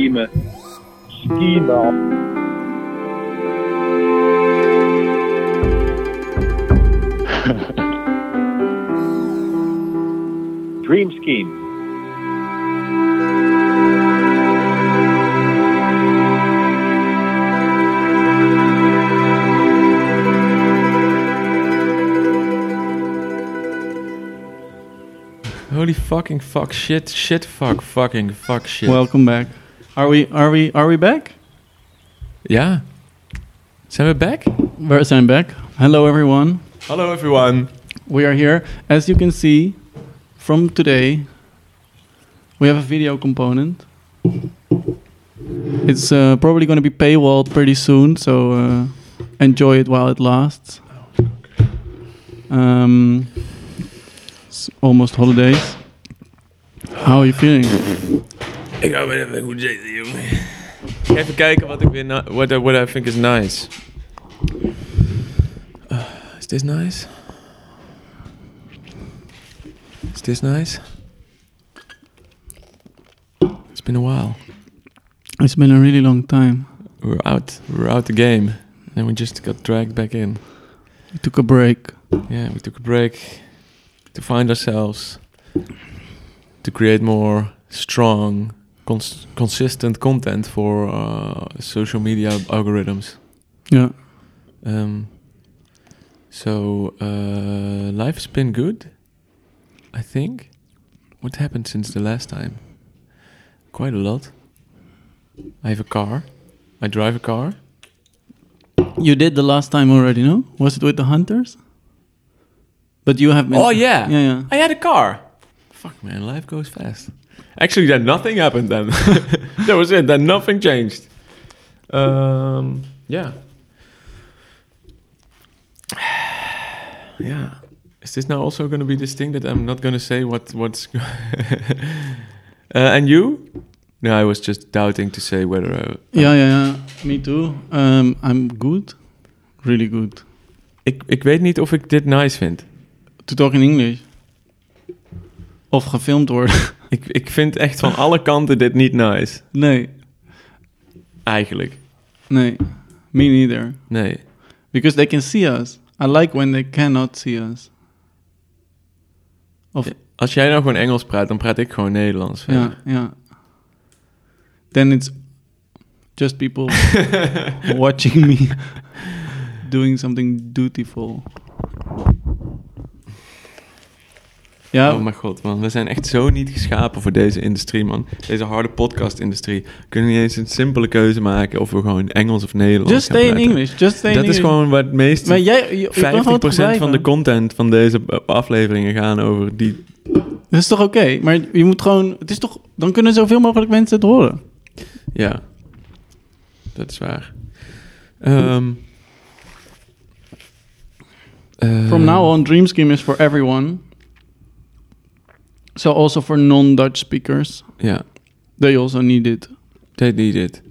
Scheme. Dream Scheme. Holy fucking fuck shit fuck fucking fuck shit. Welcome back. Are we back? Ja. Zijn we back? We zijn back. Hello everyone. Hello everyone. We are here. As you can see from today, we have a video component. It's probably going to be paywalled pretty soon, so enjoy it while it lasts. It's almost holidays. How are you feeling? Ik ga weer even goed zitten, jongen. Even kijken wat ik weer what I think is nice. Is this nice? Is this nice? It's been a while. It's been a really long time. We're out the game. And we just got dragged back in. We took a break. Yeah, we took a break to find ourselves, to create more strong, consistent content for social media algorithms. Yeah. So life's been good, I think. What happened since the last time? Quite a lot. I have a car. I drive a car. You did the last time already, no? Was it with the hunters? But you have been... Oh, yeah. Yeah. I had a car. Fuck, man, life goes fast. Actually, then nothing happened then. That was it. Then nothing changed. Yeah. Yeah. Is this now also going to be this thing that I'm not going to say what's... and you? No, I was just doubting to say whether... Yeah. Me too. I'm good. Really good. Ik weet niet of ik dit nice vind. To talk in English. Of gefilmd worden. Ik vind echt van alle kanten dit niet nice. Nee. Eigenlijk. Nee. Me neither. Nee. Because they can see us. I like when they cannot see us. Of... Als jij nou gewoon Engels praat, dan praat ik gewoon Nederlands. Ja. Then it's just people watching me doing something dutiful. Ja. Oh mijn god, man. We zijn echt zo niet geschapen voor deze industrie, man. Deze harde podcast-industrie. We kunnen niet eens een simpele keuze maken of we gewoon Engels of Nederlands Just stay in English. Dat is gewoon wat het meest... Maar jij, 50% van de content van deze afleveringen gaan over die... Dat is toch oké? Maar je moet gewoon... Het is toch... Dan kunnen zoveel mogelijk mensen het horen. Ja. Dat is waar. From now on, Dream Scheme is for everyone. So also for non-Dutch speakers. Yeah. They also need it. They need it.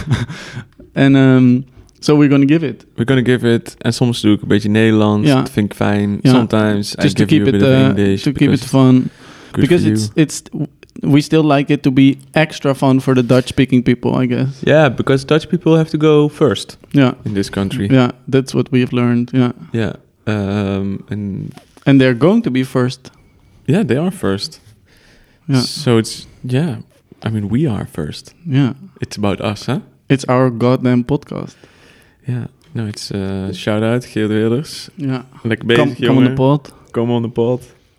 And so we're going to give it. We're going to give it. En soms doe ik een beetje Nederlands. Ja. Dat vind ik fijn. Ja. Sometimes just I give you a bit of English. To keep it fun. Because it's we still like it to be extra fun for the Dutch-speaking people, I guess. Yeah, because Dutch people have to go first. Yeah. In this country. Yeah, that's what we have learned. Yeah. Yeah. And they're going to be first. Yeah, they are first. Yeah. So it's, yeah. I mean, we are first. Yeah. It's about us, huh? It's our goddamn podcast. Yeah. No, it's shout-out, Geert Wilders. Yeah. Lekker bezig, Come on the pod. Come on the pod.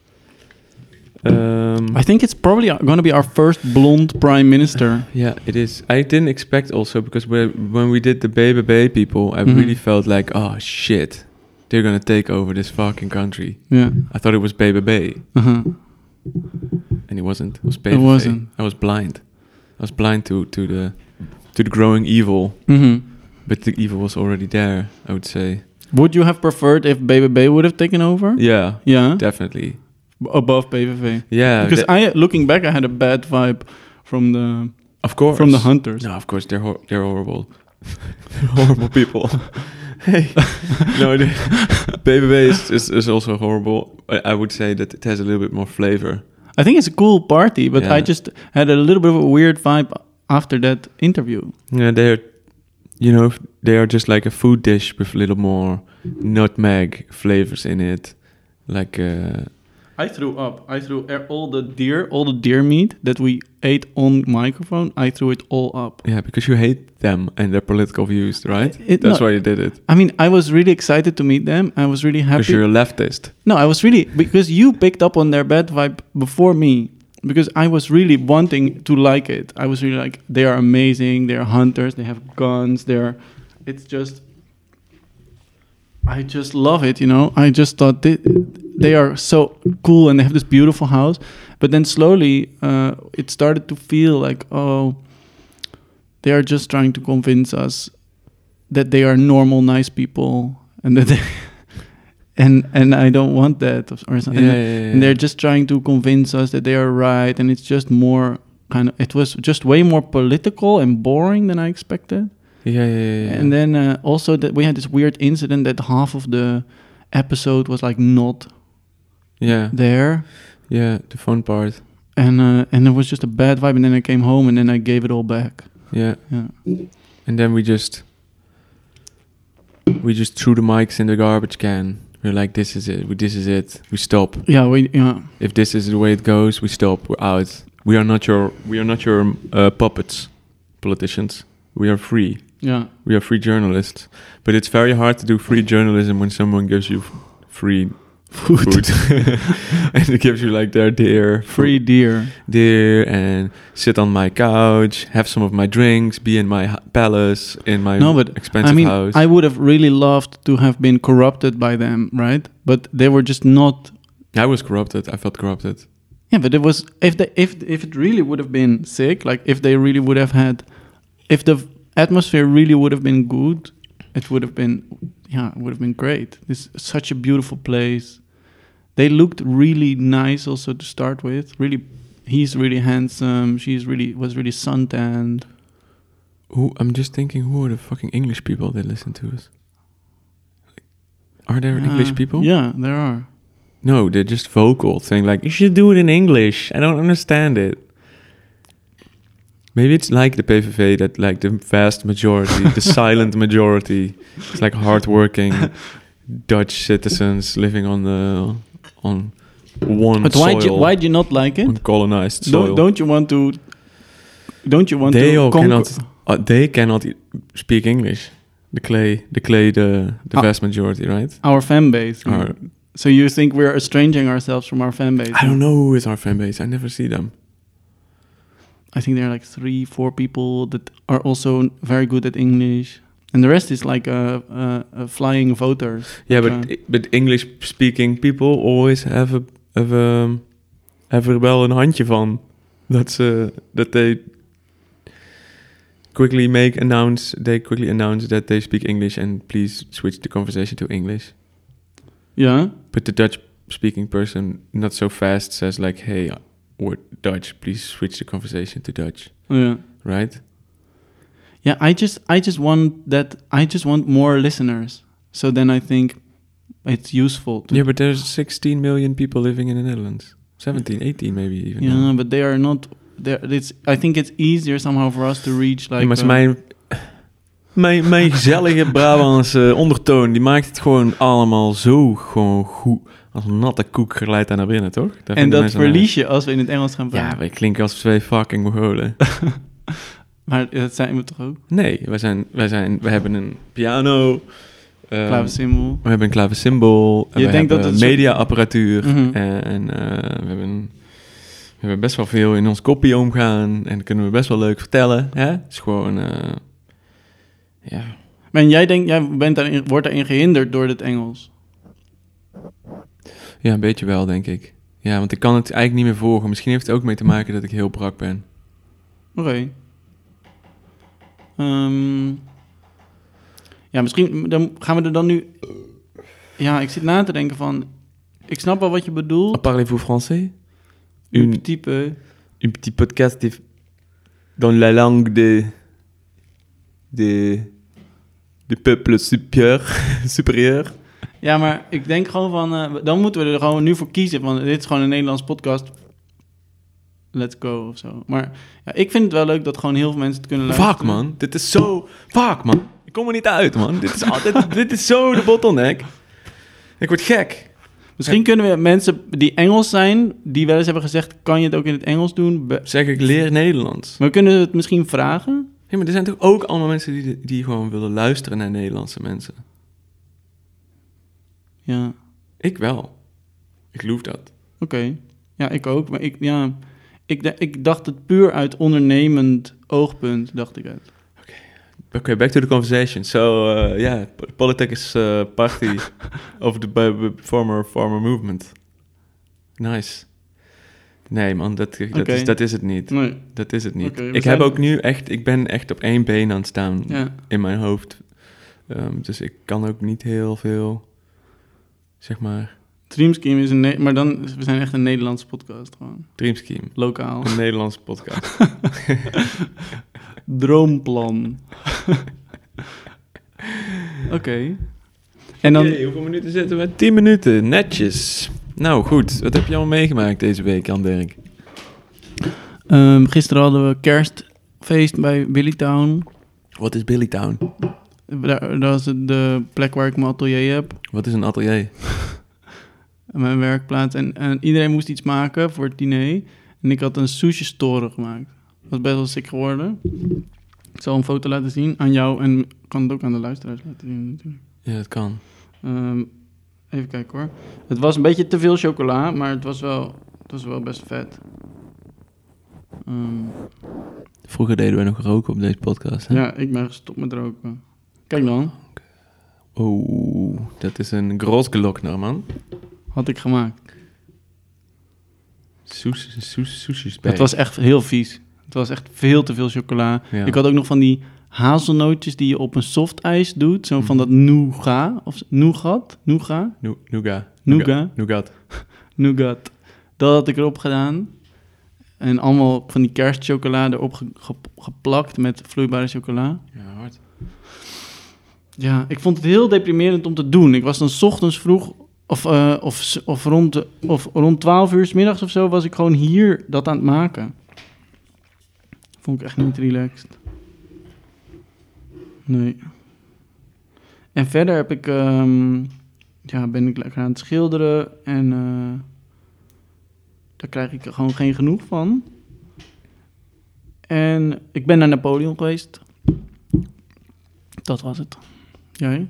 I think it's probably going to be our first blonde prime minister. Yeah, it is. I didn't expect also, because when we did the BBB people, I really felt like, oh, shit. They're going to take over this fucking country. Yeah. I thought it was BBB. Uh-huh. And it wasn't. It was BBB. It wasn't. I was blind. I was blind to the growing evil. Mm-hmm. But the evil was already there, I would say. Would you have preferred if BBB would have taken over? Yeah. Yeah? Definitely. Above PVV. Yeah. Because looking back, I had a bad vibe from the... Of course. From the hunters. No, of course, they're horrible. Horrible people. Hey. No, the BBB is also horrible. I would say that it has a little bit more flavor. I think it's a cool party, but Yeah. I just had a little bit of a weird vibe after that interview. Yeah, they are just like a food dish with a little more nutmeg flavors in it. Like I threw up. I threw all the deer meat that we ate on microphone. I threw it all up. Yeah, because you hate them and their political views, right? That's why you did it. I mean, I was really excited to meet them. I was really happy. Because you're a leftist. No, I was really... Because you picked up on their bad vibe before me. Because I was really wanting to like it. I was really like, they are amazing. They are hunters. They have guns. It's just... I just love it, you know. I just thought they are so cool and they have this beautiful house. But then slowly it started to feel like, oh, they are just trying to convince us that they are normal, nice people. And that they... And I don't want that or something. Yeah. And they're just trying to convince us that they are right. And it's just more it was just way more political and boring than I expected. Yeah. And then also that we had this weird incident that half of the episode was like not there. Yeah, the fun part. And there was just a bad vibe. And then I came home and then I gave it all back. Yeah. And then we just threw the mics in the garbage can. We're like, this is it. We stop. Yeah. If this is the way it goes, we stop. We're out. We are not your puppets, politicians. We are free. Yeah. We are free journalists. But it's very hard to do free journalism when someone gives you free food. And it gives you like their deer. Free deer. And sit on my couch, have some of my drinks, be in my palace, in my expensive house. I would have really loved to have been corrupted by them, right? But they were just not... I was corrupted. I felt corrupted. Yeah, but it was... If it really would have been sick, like if they really would have had... If the atmosphere really would have been good, it would have been great. It's such a beautiful place. They looked really nice also to start with. Really, he's really handsome. Was really suntanned. I'm just thinking, who are the fucking English people that listen to us? Are there English people? Yeah, there are. No, they're just vocal, saying like, you should do it in English. I don't understand it. Maybe it's like the PVV, that like the vast majority, the silent majority, it's like hardworking Dutch citizens living on one but soil. Why do you not like it? On colonized soil. Don't you want to? They cannot speak English. The vast majority, right? Our fan base. So you think we're estranging ourselves from our fan base? I don't know who is our fan base. I never see them. I think there are like 3-4 people that are also very good at English. And the rest is like flying voters. Yeah, but English-speaking people always have er wel een handje van. That they quickly announce that they speak English and please switch the conversation to English. Yeah. But the Dutch-speaking person not so fast says like, hey, we're Dutch, please switch the conversation to Dutch. Yeah. Right? Yeah, I just want more listeners. So then I think it's useful to... Yeah, but there's 16 million people living in the Netherlands. 17, 18 maybe even. Yeah, now. But they are not... I think it's easier somehow for us to reach like... Ja, maar mijn gezellige Brabantse ondertoon, die maakt het gewoon allemaal zo gewoon goed. Als een natte koek glijdt daar naar binnen, toch? En dat verlies je als we in het Engels gaan praten. Ja, wij klinken als 2 fucking Mongolen. Maar dat zijn we toch ook? Nee, we hebben een piano. Klavecimbal. We hebben een klavecimbal. Je denkt dat het mediaapparatuur. Mm-hmm. En we hebben best wel veel in ons kopie omgaan. En dat kunnen we best wel leuk vertellen. Hè? Het is gewoon... ja. En jij denkt, wordt daarin gehinderd door het Engels? Ja, een beetje wel, denk ik. Ja, want ik kan het eigenlijk niet meer volgen. Misschien heeft het ook mee te maken dat ik heel brak ben. Oké. Ja, misschien dan gaan we er dan nu... Ja, ik zit na te denken van... Ik snap wel wat je bedoelt. Parlez-vous français? Un petit podcast dans la langue de peuple supérieur. Ja, maar ik denk gewoon van... dan moeten we er gewoon nu voor kiezen. Want dit is gewoon een Nederlands podcast. let's go of zo. Maar ja, ik vind het wel leuk dat gewoon heel veel mensen het kunnen luisteren. Fuck, man. Dit is zo... Fuck, man. Ik kom er niet uit, man. Dit is altijd... dit is zo de bottleneck. Ik word gek. Misschien kunnen we mensen die Engels zijn, die wel eens hebben gezegd, kan je het ook in het Engels doen? Zeg ik leer Nederlands. Maar we kunnen het misschien vragen? Ja, maar er zijn toch ook allemaal mensen die gewoon willen luisteren naar Nederlandse mensen. Ja. Ik wel. Ik geloof dat. Oké. Ja, ik ook. Maar ik dacht het puur uit ondernemend oogpunt, dacht ik het. Oké, back to the conversation. So, politics party of the former movement. Nice. Nee, man, dat is het niet. Nee. Dat is het niet. Okay, ik ben echt op één been aan het staan in mijn hoofd. Dus ik kan ook niet heel veel, zeg maar... Dream Scheme is maar dan, we zijn echt een Nederlandse podcast gewoon. Dream Scheme. Lokaal. Een Nederlandse podcast. Droomplan. Oké. En dan... hoeveel minuten zitten we? 10 minuten, netjes. Nou, goed. Wat heb je allemaal meegemaakt deze week, Jan-Dirk? Gisteren hadden we kerstfeest bij Billytown. Wat is Billytown? Dat is de plek waar ik mijn atelier heb. Wat is een atelier? Mijn werkplaats. En iedereen moest iets maken voor het diner. En ik had een sushi-store gemaakt. Dat was best wel sick geworden. Ik zal een foto laten zien aan jou en ik kan het ook aan de luisteraars laten zien natuurlijk. Ja, dat kan. Even kijken hoor. Het was een beetje te veel chocola, maar het was wel best vet. Vroeger deden we nog roken op deze podcast, hè? Ja, ik ben gestopt met roken. Kijk dan. Oh, dat is een Großglockner, man. Had ik gemaakt. Sushi. Het was echt heel vies. Het was echt veel te veel chocola. Ja. Ik had ook nog van die hazelnootjes die je op een softijs doet. Zo van dat nougat. Of nougat? Nougat. Dat had ik erop gedaan. En allemaal van die kerstchocolade erop geplakt met vloeibare chocola. Ja, hard. Ja, ik vond het heel deprimerend om te doen. Ik was dan 's ochtends vroeg of rond 12 uur 's middags of zo was ik gewoon hier dat aan het maken. Vond ik echt niet relaxed. Nee. En verder heb ik, ben ik lekker aan het schilderen en daar krijg ik gewoon geen genoeg van. En ik ben naar Napoleon geweest. Dat was het. Jij?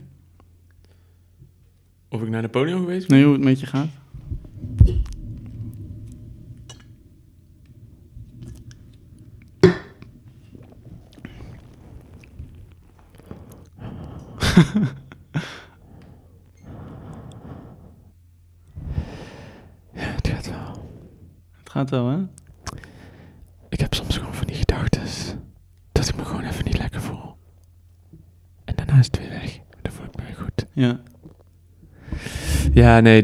Of ik naar Napoleon geweest ben? Nee, hoe het met je gaat? Ja, het gaat wel. Het gaat wel, hè? Ik heb soms gewoon van die gedachtes dat ik me gewoon even niet lekker voel. En daarna is het weer weg. Dan voel ik me weer goed. Ja. Ja, nee,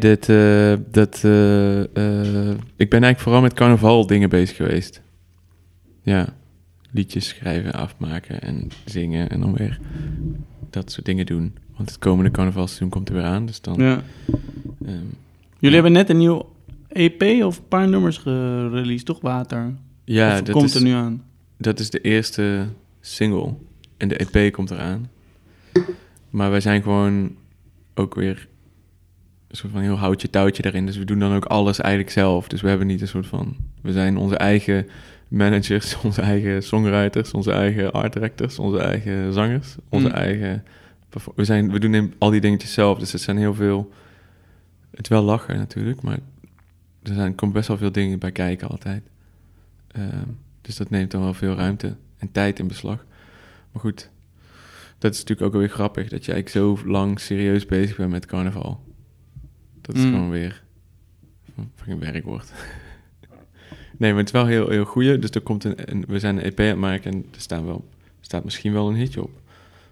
ik ben eigenlijk vooral met carnaval dingen bezig geweest. Ja, liedjes schrijven, afmaken en zingen en dan weer dat soort dingen doen. Want het komende carnavalseizoen komt er weer aan, dus dan... Ja. Jullie hebben net een nieuw EP of een paar nummers gereleased, toch? Water. Ja, of komt er nu aan? Dat is de eerste single en de EP komt eraan. Maar wij zijn gewoon ook weer een soort van heel houtje touwtje daarin. Dus we doen dan ook alles eigenlijk zelf. Dus we hebben niet een soort van... We zijn onze eigen managers, onze eigen songwriters, onze eigen art directors, onze eigen zangers, onze eigen... We doen al die dingetjes zelf. Dus het zijn heel veel... Het is wel lachen natuurlijk, maar er komt best wel veel dingen bij kijken altijd. Dus dat neemt dan wel veel ruimte en tijd in beslag. Maar goed, dat is natuurlijk ook wel weer grappig... dat je eigenlijk zo lang serieus bezig bent met carnaval. Dat is gewoon weer een werkwoord. Nee, maar het is wel heel, heel goeie. Dus er komt we zijn een EP aan het maken en er staat misschien wel een hitje op.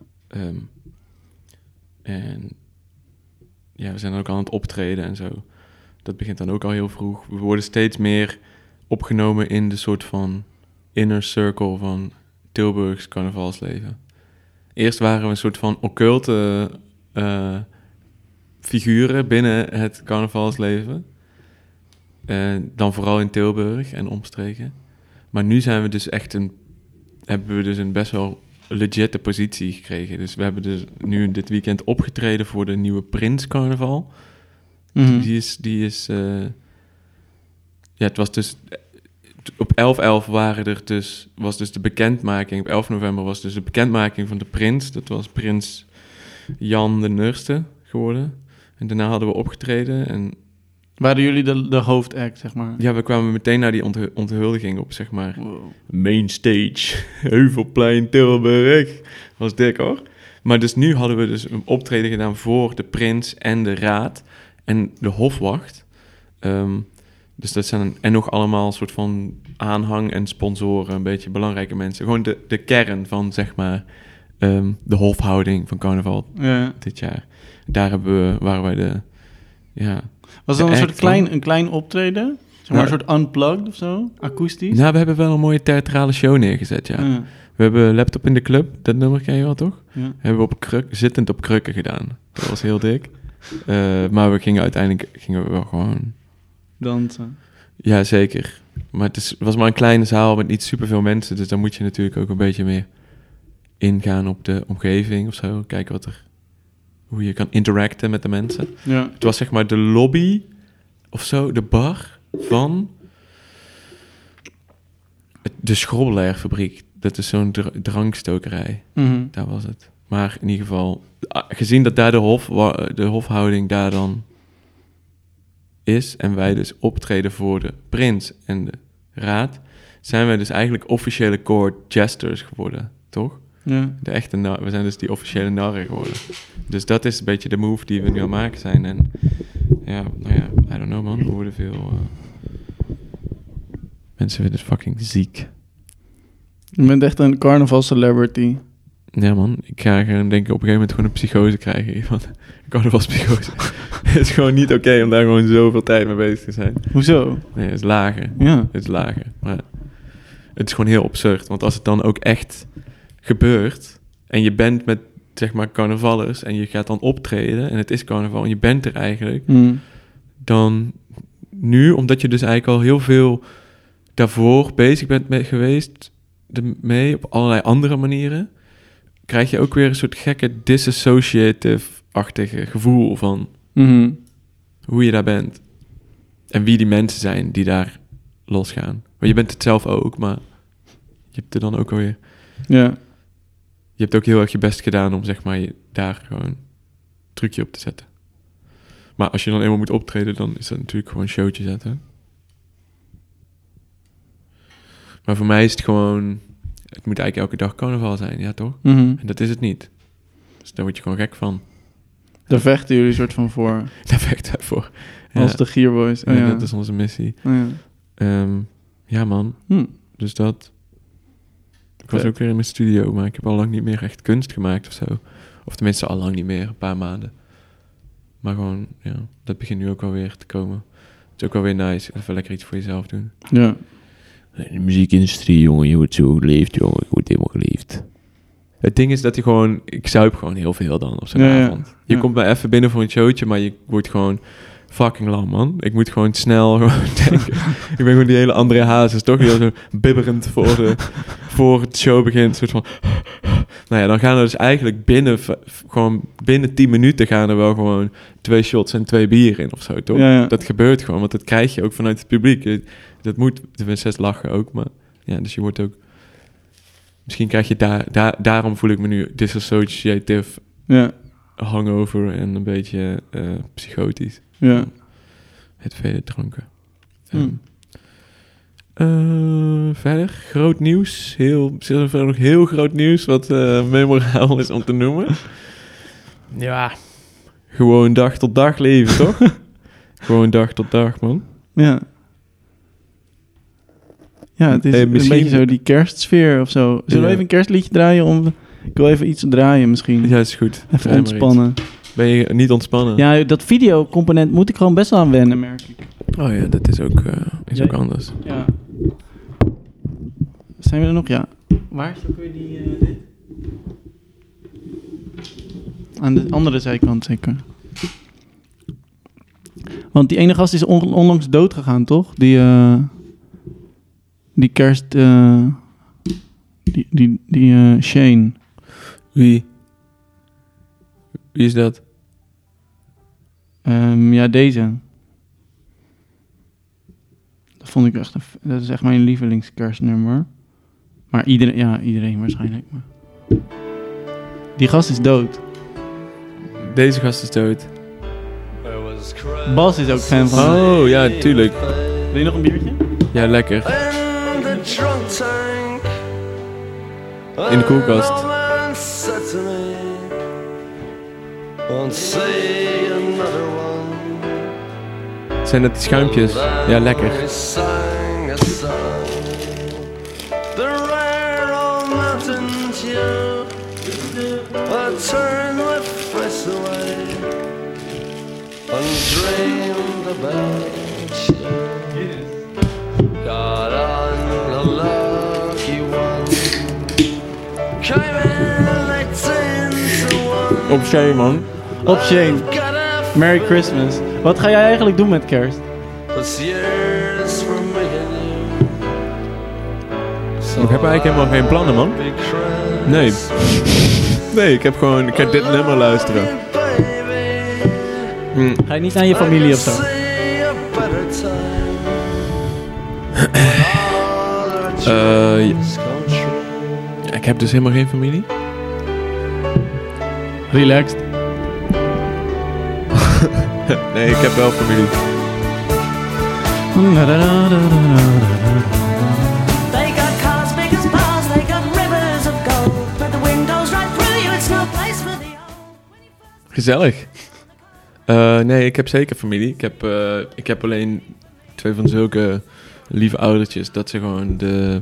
En ja, we zijn ook aan het optreden en zo. Dat begint dan ook al heel vroeg. We worden steeds meer opgenomen in de soort van inner circle van Tilburgs carnavalsleven. Eerst waren we een soort van occulte figuren binnen het carnavalsleven. Dan vooral in Tilburg en omstreken. Maar nu zijn we dus echt hebben we dus een best wel legitte positie gekregen. Dus we hebben dus nu dit weekend opgetreden voor de nieuwe Prins Carnaval. Mhm. Die is het was dus... Op 11/11 was dus de bekendmaking... Op 11 november was dus de bekendmaking van de prins. Dat was prins Jan de Nurste geworden. En daarna hadden we opgetreden. En Waren jullie de hoofdact, zeg maar? ja, we kwamen meteen naar die onthuldiging op, zeg maar. Wow. Main stage, Heuvelplein, Tilburg. Was dik, hoor. Maar dus nu hadden we dus een optreden gedaan voor de prins en de raad en de hofwacht. Dus dat zijn en nog allemaal een soort van aanhang en sponsoren, een beetje belangrijke mensen. Gewoon de kern van, zeg maar, de hofhouding van carnaval Ja. dit jaar. Daar waren wij Was het dan de een soort act van. klein optreden? Zeg maar een soort unplugged of zo? Akoestisch? Nou, we hebben wel een mooie theatrale show neergezet, ja. Ja. We hebben Laptop in de Club, dat nummer ken je wel, toch? Ja. Hebben we zittend op krukken gedaan. Dat was heel dik. Maar uiteindelijk gingen we wel gewoon... Dansen. Ja, zeker. Maar het was maar een kleine zaal met niet superveel mensen. Dus dan moet je natuurlijk ook een beetje meer ingaan op de omgeving of zo. Kijken hoe je kan interacten met de mensen. Ja. Het was zeg maar de lobby of zo, de bar van de Schrobbelairfabriek. Dat is zo'n drankstokerij. Mhm. Daar was het. Maar in ieder geval, gezien dat daar de hofhouding daar dan is en wij dus optreden voor de prins en de raad, zijn wij dus eigenlijk officiële court jesters geworden, toch? Ja. De echte we zijn dus die officiële narren geworden. Dus dat is een beetje de move die we nu aan het maken zijn. En ja, nou ja, I don't know, man. We worden veel... mensen vinden het fucking ziek. Je bent echt een carnaval celebrity. Ja, man. Ik ga denk ik op een gegeven moment gewoon een psychose krijgen. Van carnavalspsychose. Het is gewoon niet oké om daar gewoon zoveel tijd mee bezig te zijn. Hoezo? Nee, het is lager. Ja. Het is lager. Maar het is gewoon heel absurd. Want als het dan ook echt gebeurt en je bent met, zeg maar, carnavallers en je gaat dan optreden en het is carnaval en je bent er eigenlijk, dan nu, omdat je dus eigenlijk al heel veel daarvoor bezig bent mee geweest mee op allerlei andere manieren, krijg je ook weer een soort gekke disassociative-achtige gevoel van hoe je daar bent. En wie die mensen zijn die daar losgaan. Maar je bent het zelf ook, maar je hebt er dan ook alweer... Ja. Je hebt ook heel erg je best gedaan om, zeg maar, daar gewoon een trucje op te zetten. Maar als je dan eenmaal moet optreden, dan is dat natuurlijk gewoon een showtje zetten. Maar voor mij is het gewoon... Het moet eigenlijk elke dag carnaval zijn, ja toch? En dat is het niet. Dus daar word je gewoon gek van. Daar vechten jullie soort van voor. Daar vecht hij voor. Als de Gierboys. Ja, dat is onze missie. Ja, man. Dus dat... Ik was ook weer in mijn studio, maar ik heb al lang niet meer echt kunst gemaakt of zo. Of tenminste al lang niet meer, een paar maanden. Maar gewoon, ja, dat begint nu ook wel weer te komen. Het is ook wel weer nice, even lekker iets voor jezelf doen. Ja. De muziekindustrie, jongen, je wordt zo geleefd, jongen. Ik word helemaal geleefd. Het ding is dat je gewoon... Ik zuip gewoon heel veel dan op zo'n avond. Je komt maar even binnen voor een showtje, maar je wordt gewoon fucking lam, man. Ik moet gewoon snel denken. Ik ben gewoon die hele André Hazes, toch? Die zo bibberend voor het show begint. Soort van... Nou ja, dan gaan er dus eigenlijk binnen 10 minuten gaan er wel gewoon 2 shots en 2 bier in of zo, toch? Ja. Dat gebeurt gewoon, want dat krijg je ook vanuit het publiek. Dat moet, de lachen ook, maar ja, dus je wordt ook... Misschien krijg je daarom voel ik me nu disassociative, hangover en een beetje psychotisch. Ja. Het vele dranken. Verder, groot nieuws. Verder nog heel groot nieuws, wat memoraal is om te noemen. Ja. Gewoon dag tot dag leven, toch? Gewoon dag tot dag, man. Ja. Ja, het is een beetje zo die kerstsfeer of zo. Zullen we even een kerstliedje draaien? Ik wil even iets draaien misschien. Ja, is goed. Even ontspannen. Ben je niet ontspannen? Ja, dat videocomponent moet ik gewoon best wel aan wennen, merk ik. Oh ja, dat is ook, ook anders. Ja. Zijn we er nog? Ja. Waar is ook weer dit? Aan de andere zijkant zeker. Want die ene gast is onlangs dood gegaan, toch? Die kerst... Die Shane. Wie is dat? Ja, deze. Dat vond ik echt... Dat is echt mijn lievelingskerstnummer. Maar iedereen waarschijnlijk. Maar. Die gast is dood. Deze gast is dood. Bas is ook fan van. Oh, ja, tuurlijk. Wil je nog een biertje? Ja, lekker. In de koelkast. Zijn dat die schuimpjes? Ja, lekker. Op Shane, man. Op Shane. Merry Christmas. Wat ga jij eigenlijk doen met kerst? Ik heb eigenlijk helemaal geen plannen, man. Nee. Nee, ik heb dit nummer luisteren. Ga je niet naar je familie of zo? Ja, ik heb dus helemaal geen familie. Relaxed. Nee, ik heb wel familie. They got cars big as bars, they got rivers of gold. Put the windows right through you, it's no place for the old. Gezellig. Nee, ik heb zeker familie. Ik heb alleen 2 van zulke lieve oudertjes dat ze gewoon de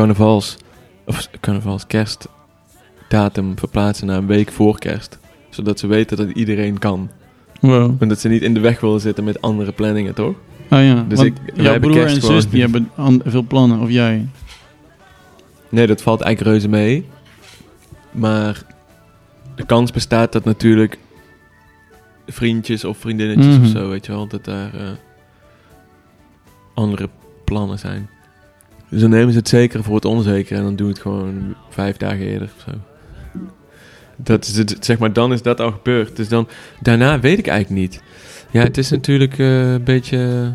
kerstdatum verplaatsen naar een week voor kerst. Zodat ze weten dat iedereen kan. Wow. En dat ze niet in de weg willen zitten met andere planningen, toch? Oh ja, Dus want jouw broer en zus die hebben veel plannen, of jij? Nee, dat valt eigenlijk reuze mee. Maar de kans bestaat dat natuurlijk vriendjes of vriendinnetjes of zo, weet je wel, dat daar andere plannen zijn. Dus dan nemen ze het zekere voor het onzekere en dan doen we het gewoon 5 dagen eerder of zo. Dat is het, zeg maar, dan is dat al gebeurd. Dus dan, daarna weet ik eigenlijk niet. Ja, het is natuurlijk een beetje...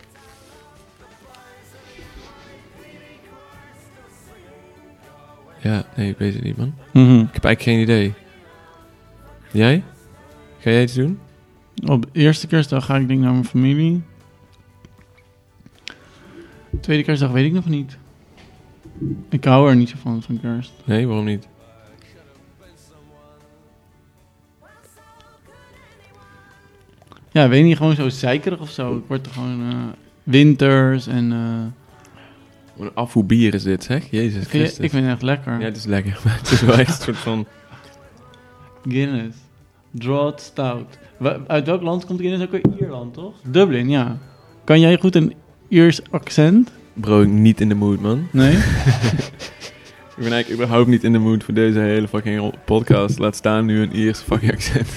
Ja, nee, ik weet het niet, man. Ik heb eigenlijk geen idee. Jij? Ga jij iets doen? Op de eerste kerstdag ga ik denk naar mijn familie. Tweede kerstdag weet ik nog niet. Ik hou er niet zo van kerst. Nee, waarom niet? Ja, weet niet, gewoon zo zeikerig of zo. Ik word er gewoon winters en... Wat een afvoerbier is dit, zeg. Jezus Christus. Ik vind het echt lekker. Ja, het is lekker. Maar het is wel echt een soort van... Guinness. Draught Stout. Uit welk land komt Guinness? Ook uit Ierland, toch? Dublin, ja. Kan jij goed een Iers accent? Bro, niet in de mood, man. Nee? Ik ben eigenlijk überhaupt niet in de mood voor deze hele fucking podcast. Laat staan nu een Iers fucking accent.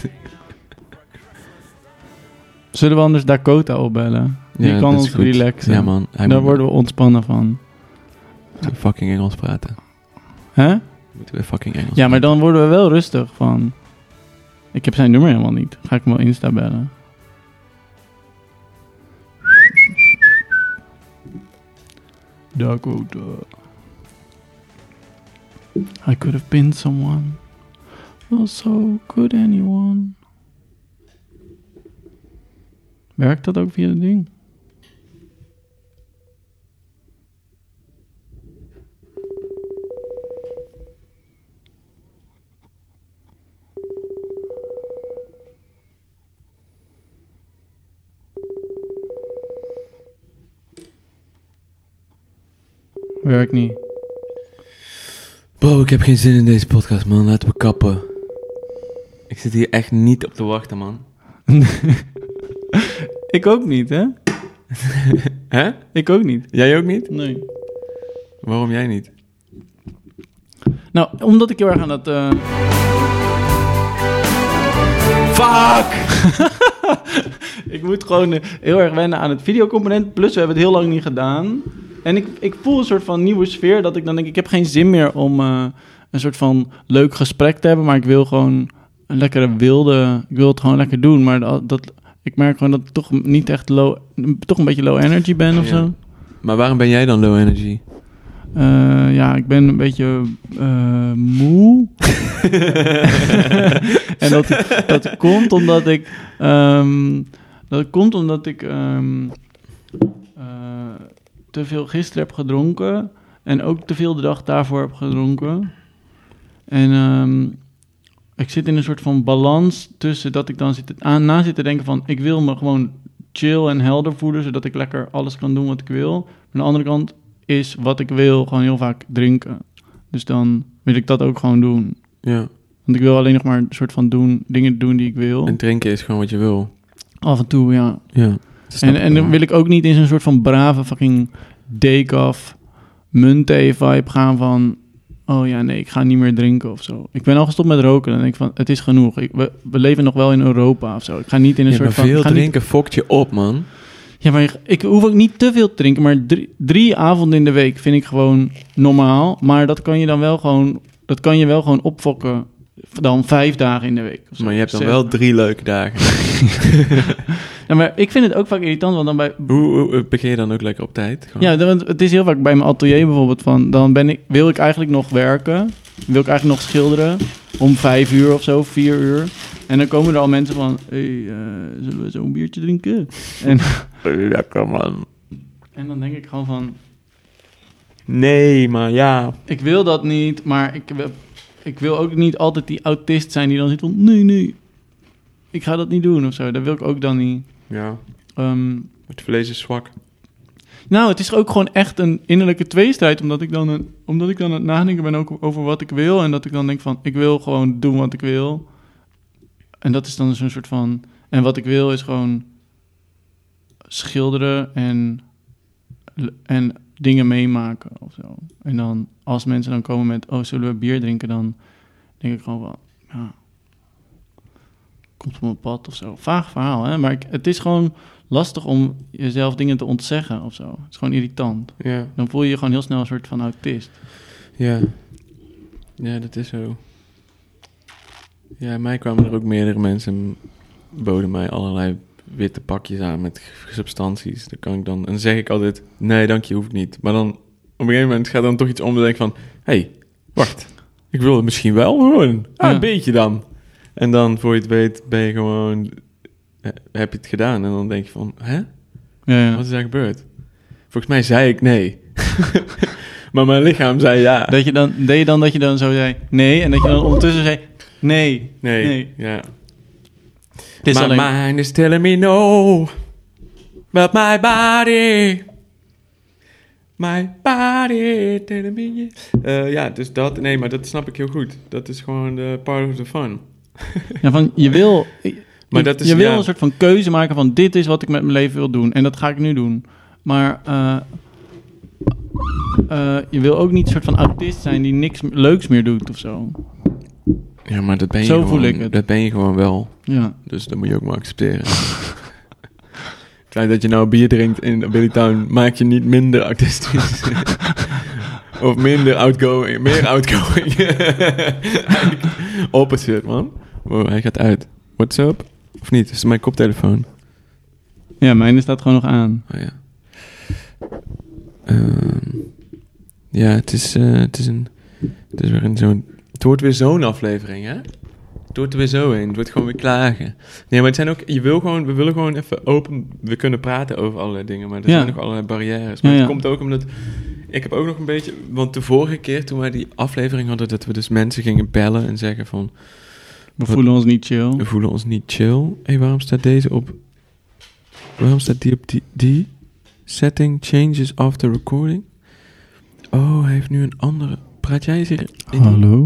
Zullen we anders Dakota opbellen? Die Ja, kan dat is ons goed. relaxen. Ja, man. Daar worden we ontspannen van. Moeten we fucking Engels praten. Hè? Moeten we fucking Engels Ja, maar praten. dan worden we wel rustig van... Ik heb zijn nummer helemaal niet. Ga ik hem wel Insta bellen. Dakota. I could have been someone. Well, so could anyone. Werkt dat ook via het ding? Werkt niet. Bro, ik heb geen zin in deze podcast, man. Laten we kappen. Ik zit hier echt niet op te wachten, man. Ik ook niet, hè? Hè? Ik ook niet. Jij ook niet? Nee. Waarom jij niet? Nou, omdat ik heel erg aan dat... Fuck! Ik moet gewoon heel erg wennen aan het videocomponent. Plus, we hebben het heel lang niet gedaan. En ik voel een soort van nieuwe sfeer. Dat ik dan denk, ik heb geen zin meer om een soort van leuk gesprek te hebben. Maar ik wil gewoon een lekkere wilde... Ik wil het gewoon lekker doen. Maar ik merk gewoon dat ik toch niet echt toch een beetje low energy ben of zo. Maar waarom ben jij dan low energy? Ik ben een beetje moe. En dat komt omdat ik... te veel gisteren heb gedronken. En ook te veel de dag daarvoor heb gedronken. En ik zit in een soort van balans tussen dat ik dan zit te denken van... ik wil me gewoon chill en helder voelen... zodat ik lekker alles kan doen wat ik wil. Maar aan de andere kant is wat ik wil gewoon heel vaak drinken. Dus dan wil ik dat ook gewoon doen. Ja. Want ik wil alleen nog maar een soort van dingen doen die ik wil. En drinken is gewoon wat je wil. Af en toe, ja. Ja. En dan wil ik ook niet in zo'n soort van brave fucking Dekaf Munthee vibe gaan van... oh ja, nee, ik ga niet meer drinken of zo. Ik ben al gestopt met roken. Dan denk ik van, het is genoeg. We leven nog wel in Europa of zo. Ik ga niet in een soort van... veel drinken fokt je op, man. Ja, maar ik hoef ook niet te veel te drinken. Maar 3 avonden in de week vind ik gewoon normaal. Maar dat kan je dan wel gewoon... dat kan je wel gewoon opfokken dan 5 dagen in de week. Of zo. Maar je hebt dan wel 3 leuke dagen. Ja, maar ik vind het ook vaak irritant, want dan bij... Hoe begin je dan ook lekker op tijd? Gewoon? Ja, want het is heel vaak bij mijn atelier bijvoorbeeld van... wil ik eigenlijk nog werken. Wil ik eigenlijk nog schilderen. Om 5 uur of zo, 4 uur. En dan komen er al mensen van... hey, zullen we zo'n biertje drinken? En, lekker, man. En dan denk ik gewoon van... nee, maar ja. Ik wil dat niet, maar ik wil ook niet altijd die autist zijn die dan zit van... nee, ik ga dat niet doen of zo. Dat wil ik ook dan niet. Ja. Het vlees is zwak. Nou, het is ook gewoon echt een innerlijke tweestrijd... omdat ik dan aan het nadenken ben ook over wat ik wil... en dat ik dan denk van, ik wil gewoon doen wat ik wil. En dat is dan zo'n soort van... en wat ik wil is gewoon schilderen en dingen meemaken of zo. En dan, als mensen dan komen met... oh, zullen we bier drinken? Dan denk ik gewoon van... ja, komt op mijn pad of zo. Vaag verhaal, hè? Maar het is gewoon lastig om jezelf dingen te ontzeggen of zo. Het is gewoon irritant. Ja. Dan voel je je gewoon heel snel een soort van autist. Ja. Ja, dat is zo. Ja, mij kwamen er ook meerdere mensen en boden mij allerlei witte pakjes aan met substanties. Dan zeg ik altijd, nee, dank je, hoeft niet. Maar dan, op een gegeven moment gaat dan toch iets om te denken van... hey, wacht, ik wil het misschien wel gewoon. Een beetje dan. En dan, voor je het weet, ben je gewoon... heb je het gedaan? En dan denk je van, hè? Ja. Wat is daar gebeurd? Volgens mij zei ik nee. Maar mijn lichaam zei ja. Deed je dan dat je dan zo zei nee... en dat je dan ondertussen zei nee. Ja. Het is My mind is telling me no, but my body telling me ja, dus dat... nee, maar dat snap ik heel goed. Dat is gewoon de part of the fun. Ja, van je wil... maar dat is, je wil een soort van keuze maken van... dit is wat ik met mijn leven wil doen. En dat ga ik nu doen. Maar je wil ook niet een soort van autist zijn... die niks leuks meer doet of zo. Ja, maar dat ben je zo gewoon, voel ik het. Dat ben je gewoon wel. Ja. Dus dat moet je ook maar accepteren. Het feit dat je nou bier drinkt in Billy Town... maakt je niet minder autistisch. Of minder outgoing. Meer outgoing. Opposite, man. Wow, hij gaat uit. What's up? Of niet? Is het mijn koptelefoon? Ja, mijne staat gewoon nog aan. Oh ja. Ja, het is weer een zo'n... Het wordt weer zo'n aflevering, hè? Het wordt er weer zo in. Het wordt gewoon weer klagen. Nee, maar het zijn ook... we willen gewoon even open... We kunnen praten over allerlei dingen, maar er zijn nog allerlei barrières. Maar het komt ook omdat... Ik heb ook nog een beetje... Want de vorige keer toen wij die aflevering hadden... dat we dus mensen gingen bellen en zeggen van... We voelen ons niet chill. We voelen ons niet chill. Hé, waarom staat deze op... Waarom staat die op die? Setting changes after recording. Oh, hij heeft nu een andere... Praat jij eens hier in?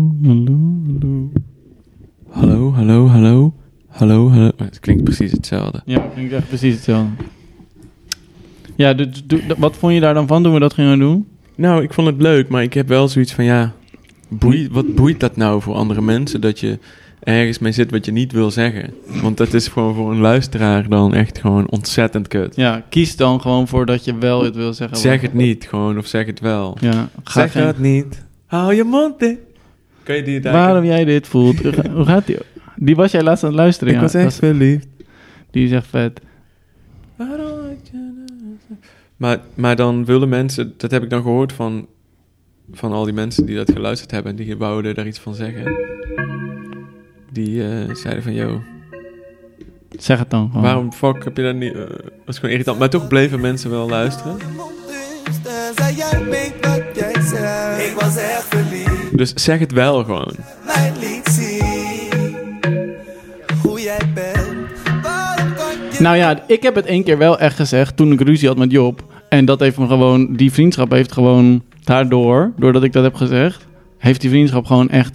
Hallo. Het klinkt precies hetzelfde. Ja, het klinkt echt precies hetzelfde. Ja, wat vond je daar dan van toen we dat gingen doen? Nou, ik vond het leuk, maar ik heb wel zoiets van, ja... Wat boeit dat nou voor andere mensen? Dat je ergens mee zit wat je niet wil zeggen. Want dat is gewoon voor een luisteraar dan echt gewoon ontzettend kut. Ja, kies dan gewoon voor dat je wel het wil zeggen. Zeg het niet gewoon, of zeg het wel. Ja, Zeg het niet. Hou je mond dicht. Kan je die daar? Waarom jij dit voelt. Hoe gaat die? Die was jij laatst aan het luisteren. Ik was echt verliefd. Die is echt vet. Maar dan willen mensen, dat heb ik dan gehoord van al die mensen die dat geluisterd hebben en die wouden daar iets van zeggen. Die zeiden van, yo, Zeg het dan gewoon. waarom fuck heb je dat niet? Dat is gewoon irritant. Maar toch bleven mensen wel luisteren. Zei jij weet wat jij zei. Ik was echt verliefd. Dus zeg het wel gewoon. Mij liet zien hoe jij bent. Waarom kan je... Nou ja, ik heb het 1 keer wel echt gezegd toen ik ruzie had met Job. En dat heeft me gewoon, die vriendschap heeft gewoon daardoor, doordat ik dat heb gezegd, heeft die vriendschap gewoon echt...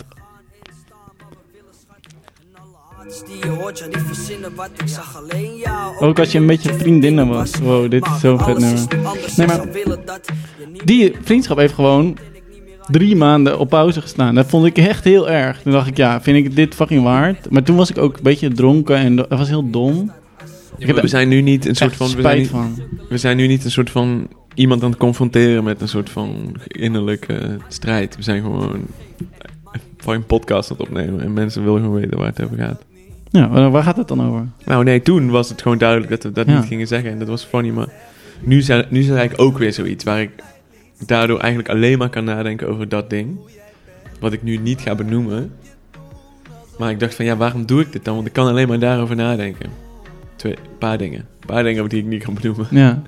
Ook als je een beetje vriendinnen was. Wow, dit is zo'n vet nummer. Nee, maar die vriendschap heeft gewoon 3 maanden op pauze gestaan. Dat vond ik echt heel erg. Toen dacht ik, ja, vind ik dit fucking waard? Maar toen was ik ook een beetje dronken en dat was heel dom. Ik heb We zijn nu niet een soort echt van... spijt van. We zijn nu niet een soort van iemand aan het confronteren met een soort van innerlijke strijd. We zijn gewoon een podcast aan het opnemen en mensen willen gewoon weten waar het over gaat. Ja, waar gaat het dan over? Nou nee, toen was het gewoon duidelijk dat we dat Ja. niet gingen zeggen en dat was funny, maar nu is het eigenlijk ook weer zoiets waar ik daardoor eigenlijk alleen maar kan nadenken over dat ding, wat ik nu niet ga benoemen. Maar ik dacht van ja, waarom doe ik dit dan? Want ik kan alleen maar daarover nadenken. Een paar dingen die ik niet kan benoemen. Ja.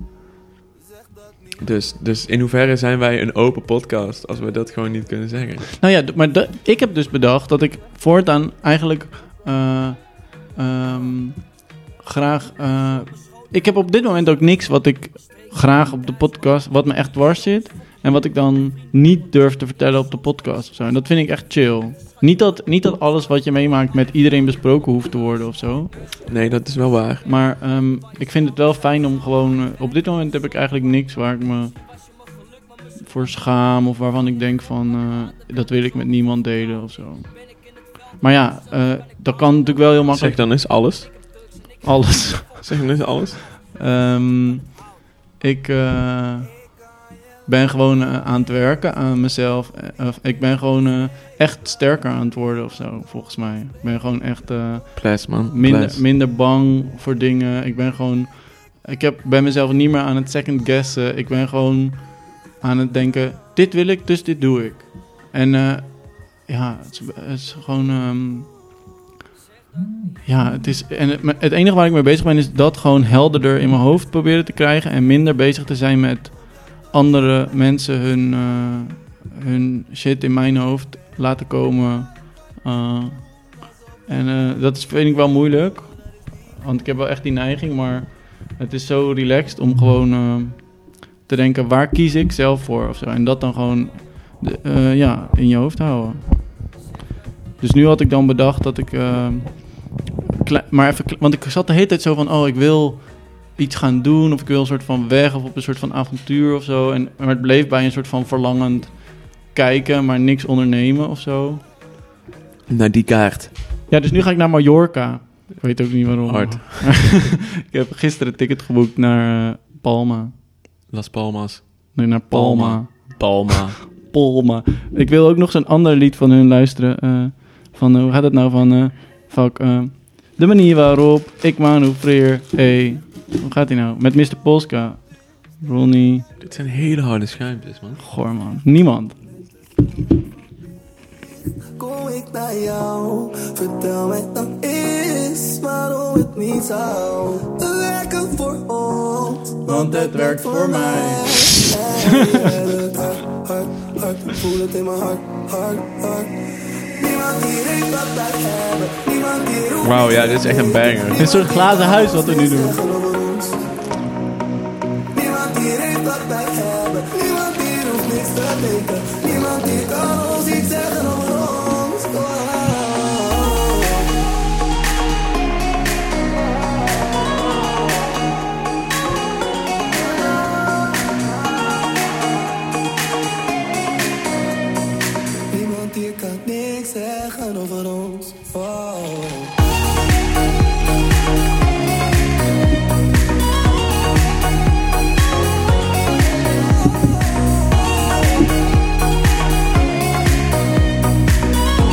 Dus in hoeverre zijn wij een open podcast als we dat gewoon niet kunnen zeggen? Nou ja, maar ik heb dus bedacht dat ik voortaan eigenlijk graag... ik heb op dit moment ook niks wat ik graag op de podcast... wat me echt dwars zit en wat ik dan niet durf te vertellen op de podcast of zo. En dat vind ik echt chill. Niet dat alles wat je meemaakt met iedereen besproken hoeft te worden of zo. Nee, dat is wel waar. Maar ik vind het wel fijn om gewoon... op dit moment heb ik eigenlijk niks waar ik me voor schaam... of waarvan ik denk van... dat wil ik met niemand delen of zo. Maar ja, dat kan natuurlijk wel heel makkelijk. Zeg dan eens alles. Alles. Zeg dan eens alles. Ik ben gewoon aan het werken aan mezelf. Ik ben gewoon echt sterker aan het worden of zo, volgens mij. Ik ben gewoon echt... Ples, man. Ples. minder bang voor dingen. Ik ben mezelf niet meer aan het second guessen. Ik ben gewoon aan het denken, dit wil ik, dus dit doe ik. En ja, het is gewoon... ja, het is... En het enige waar ik mee bezig ben, is dat gewoon helderder in mijn hoofd proberen te krijgen. En minder bezig te zijn met andere mensen hun shit in mijn hoofd laten komen. Dat vind ik wel moeilijk. Want ik heb wel echt die neiging, maar het is zo relaxed om gewoon te denken, waar kies ik zelf voor of zo. En dat dan gewoon in je hoofd houden. Dus nu had ik dan bedacht dat ik... want ik zat de hele tijd zo van, ik wil iets gaan doen, of ik wil een soort van weg, of op een soort van avontuur of zo. Maar het bleef bij een soort van verlangend kijken, maar niks ondernemen of zo. Naar die kaart. Ja, dus nu ga ik naar Mallorca. Ik weet ook niet waarom. Hard. Ik heb gisteren een ticket geboekt naar Palma. Las Palmas. Nee, naar Palma. Palma. Ik wil ook nog zo'n ander lied van hun luisteren. Hoe gaat het nou van... de manier waarop ik manoeuvreer. Hey, hoe gaat die nou? Met Mr. Polska. Ronnie. Dit zijn hele harde schuimpjes, man. Goh, man. Niemand. Kom ik naar jou, vertel mij dan eens waarom het niet zou werken voor ons. Want het werkt voor mij. Hard, voel het in mijn hart. Niemand hier heeft wat wij hebben, niemand hier hoeft Wauw, ja, dit is echt een banger. Het is een soort glazen huis wat we nu doen. over ons. Niemand hier heeft wat wij hebben, niemand hier hoeft niks te weten. Niemand hier kan ons iets zeggen over ons. Niemand hier kan niks zeggen over ons.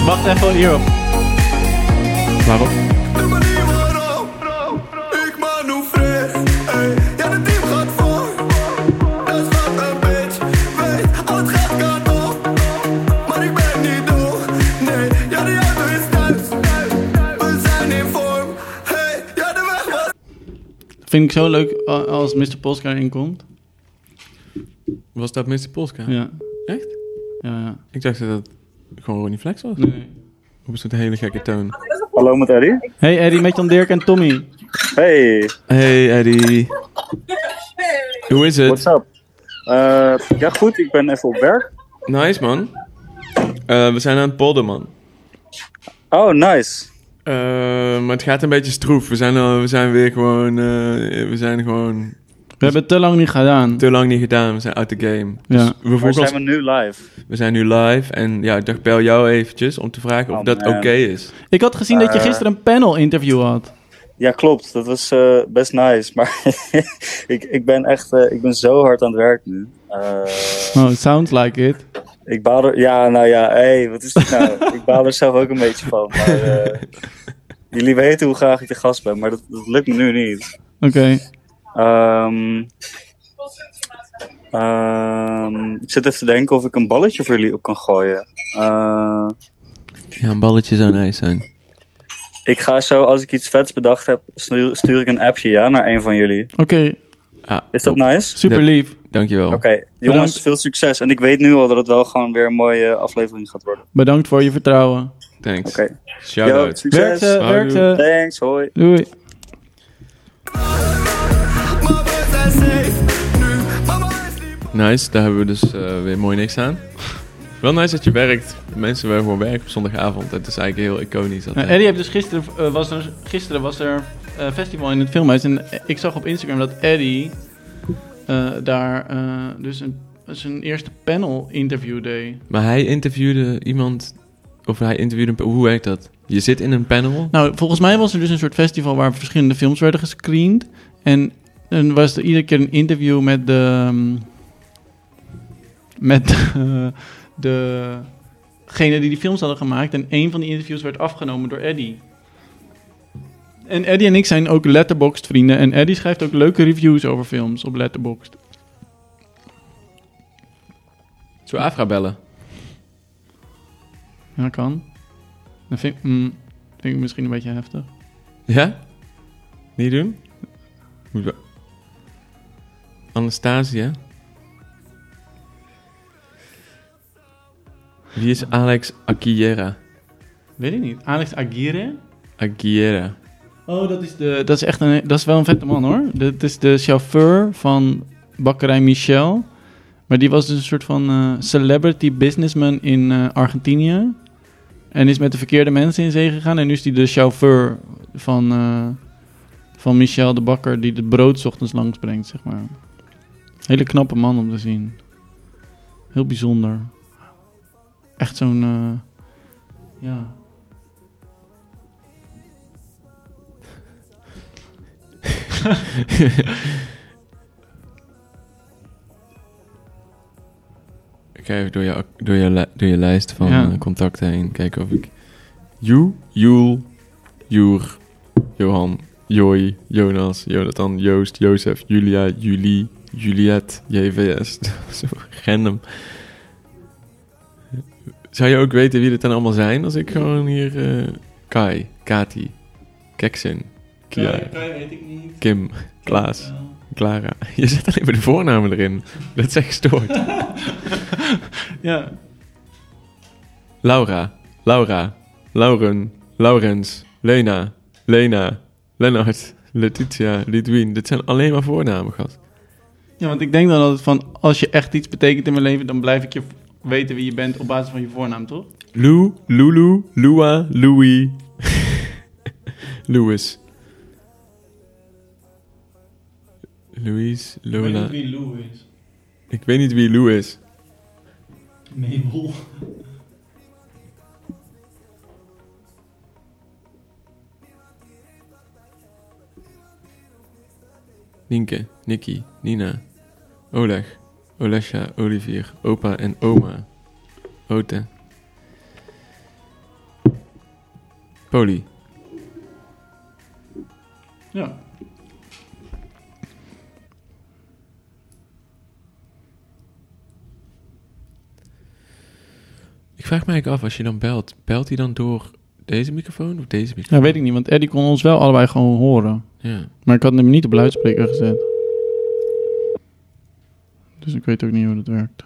Wacht even hierop. Waarop? De manier waarop ik manoeuvreer. Ey, ja, de team gaat voor. Dat is wat een bitch weet. Alles gaat kant op. Maar ik ben niet doof. Nee, ja, de auto is thuis. We zijn in vorm. Hey, ja, de weg was... Vind ik zo leuk als Mr. Polska inkomt. Was dat Mr. Polska? Ja. Echt? Ja. Ik dacht dat het gewoon Ronnie Flex was. Nee. Op zo'n hele gekke toon. Hallo met Eddie. Hey Eddie, met Jan Dirk en Tommy. Hey, Hey Eddie. Hoe is what's het? up? Ja goed, ik ben even op werk. Nice man. We zijn aan het polder man. Oh, nice. Maar het gaat een beetje stroef. We zijn weer gewoon... we zijn gewoon We hebben het te lang niet gedaan. te lang niet gedaan. We zijn out the game. Ja. Dus we Waar voegen zijn we nu live? we zijn nu live. En ja, ik dacht bel jou eventjes om te vragen of Oh, dat man. oké is. Ik had gezien dat je gisteren een panel interview had. Ja, klopt. Dat was best nice. Maar ik ben echt ik ben zo hard aan het werk nu. Oh, sounds like it. Ik baal er... Ja, nou ja, hey, wat is dit nou? Ik baal er zelf ook een beetje van. Maar jullie weten hoe graag ik de gast ben, maar dat lukt me nu niet. Oké. Ik zit even te denken of ik een balletje voor jullie op kan gooien. Ja, een balletje zou nice zijn. Ik ga zo, als ik iets vets bedacht heb, stuur ik een appje naar een van jullie. Oké, Ah, Is dat nice? super lief. Dankjewel. Oké, jongens, Bedankt. veel succes. En ik weet nu al dat het wel gewoon weer een mooie aflevering gaat worden. Bedankt voor je vertrouwen. Thanks. Oké. Shout Yo, out. succes. Werk ze, Houdoe. werk ze. Thanks, hoi. Doei. Maar we zijn safe nu. Mama is niet... Nice, daar hebben we dus weer mooi niks aan. Wel nice dat je werkt. Mensen willen gewoon werken op zondagavond. Dat is eigenlijk heel iconisch. Dat, Eddie heeft dus gisteren was er festival in het filmhuis. En ik zag op Instagram dat Eddie daar dus zijn eerste panel interview deed. Maar hij interviewde iemand... Of hij interviewde... Hoe werkt dat? Je zit in een panel. Nou, volgens mij was er dus een soort festival waar verschillende films werden gescreend. En was er iedere keer een interview met degene die films hadden gemaakt. En een van die interviews werd afgenomen door Eddie. En Eddie en ik zijn ook Letterboxd vrienden. En Eddie schrijft ook leuke reviews over films op Letterboxd. Zo Afra bellen. Ja, kan. Dat vind ik misschien een beetje heftig. Ja? Niet doen? Hoezo? Anastasia? Wie is Alex Aguilera? Weet ik niet. Alex Aguirre? Aguilera. Oh, dat is wel een vette man hoor. Dat is de chauffeur van bakkerij Michel. Maar die was dus een soort van celebrity businessman in Argentinië. En is met de verkeerde mensen in zee gegaan. En nu is hij de chauffeur van Michel de bakker die het brood 's ochtends langs brengt, zeg maar. Hele knappe man om te zien. Heel bijzonder. Echt zo'n... ja... Ik ga even door je lijst van Ja. contacten heen. Kijken of ik... Joel, Joer, Johan, Joy, Jonas, Jonathan, Joost, Jozef, Julia, Julie, Juliette, JVS. Zo random. Zou je ook weten wie dit dan allemaal zijn? Als ik gewoon hier... Kai, Kati, Keksin, Kia, weet ik niet. Kim, Klaas, Clara. Je zet alleen maar de voornamen erin. Dat is echt gestoord. Ja. Laura, Lauren, Laurens, Lena, Lennart, Letitia, Lidwien. Dit zijn alleen maar voornamen, gast. Ja, want ik denk dan altijd van... als je echt iets betekent in mijn leven... dan blijf ik je weten wie je bent op basis van je voornaam, toch? Lou, Lulu, Lua, Louis, Louis. Louise, Lola. wie Lou is. Ik weet niet wie Lou is. Mabel. Nienke, Nicky, Nina, Oleg, Olesja, Olivier, opa en oma. Ote. Poli. Ja. Ik vraag me eigenlijk af, als je dan belt hij dan door deze microfoon of deze microfoon? Ja, weet ik niet, want Eddie kon ons wel allebei gewoon horen. Ja. Maar ik had hem niet op luidspreker gezet. Dus ik weet ook niet hoe dat werkt.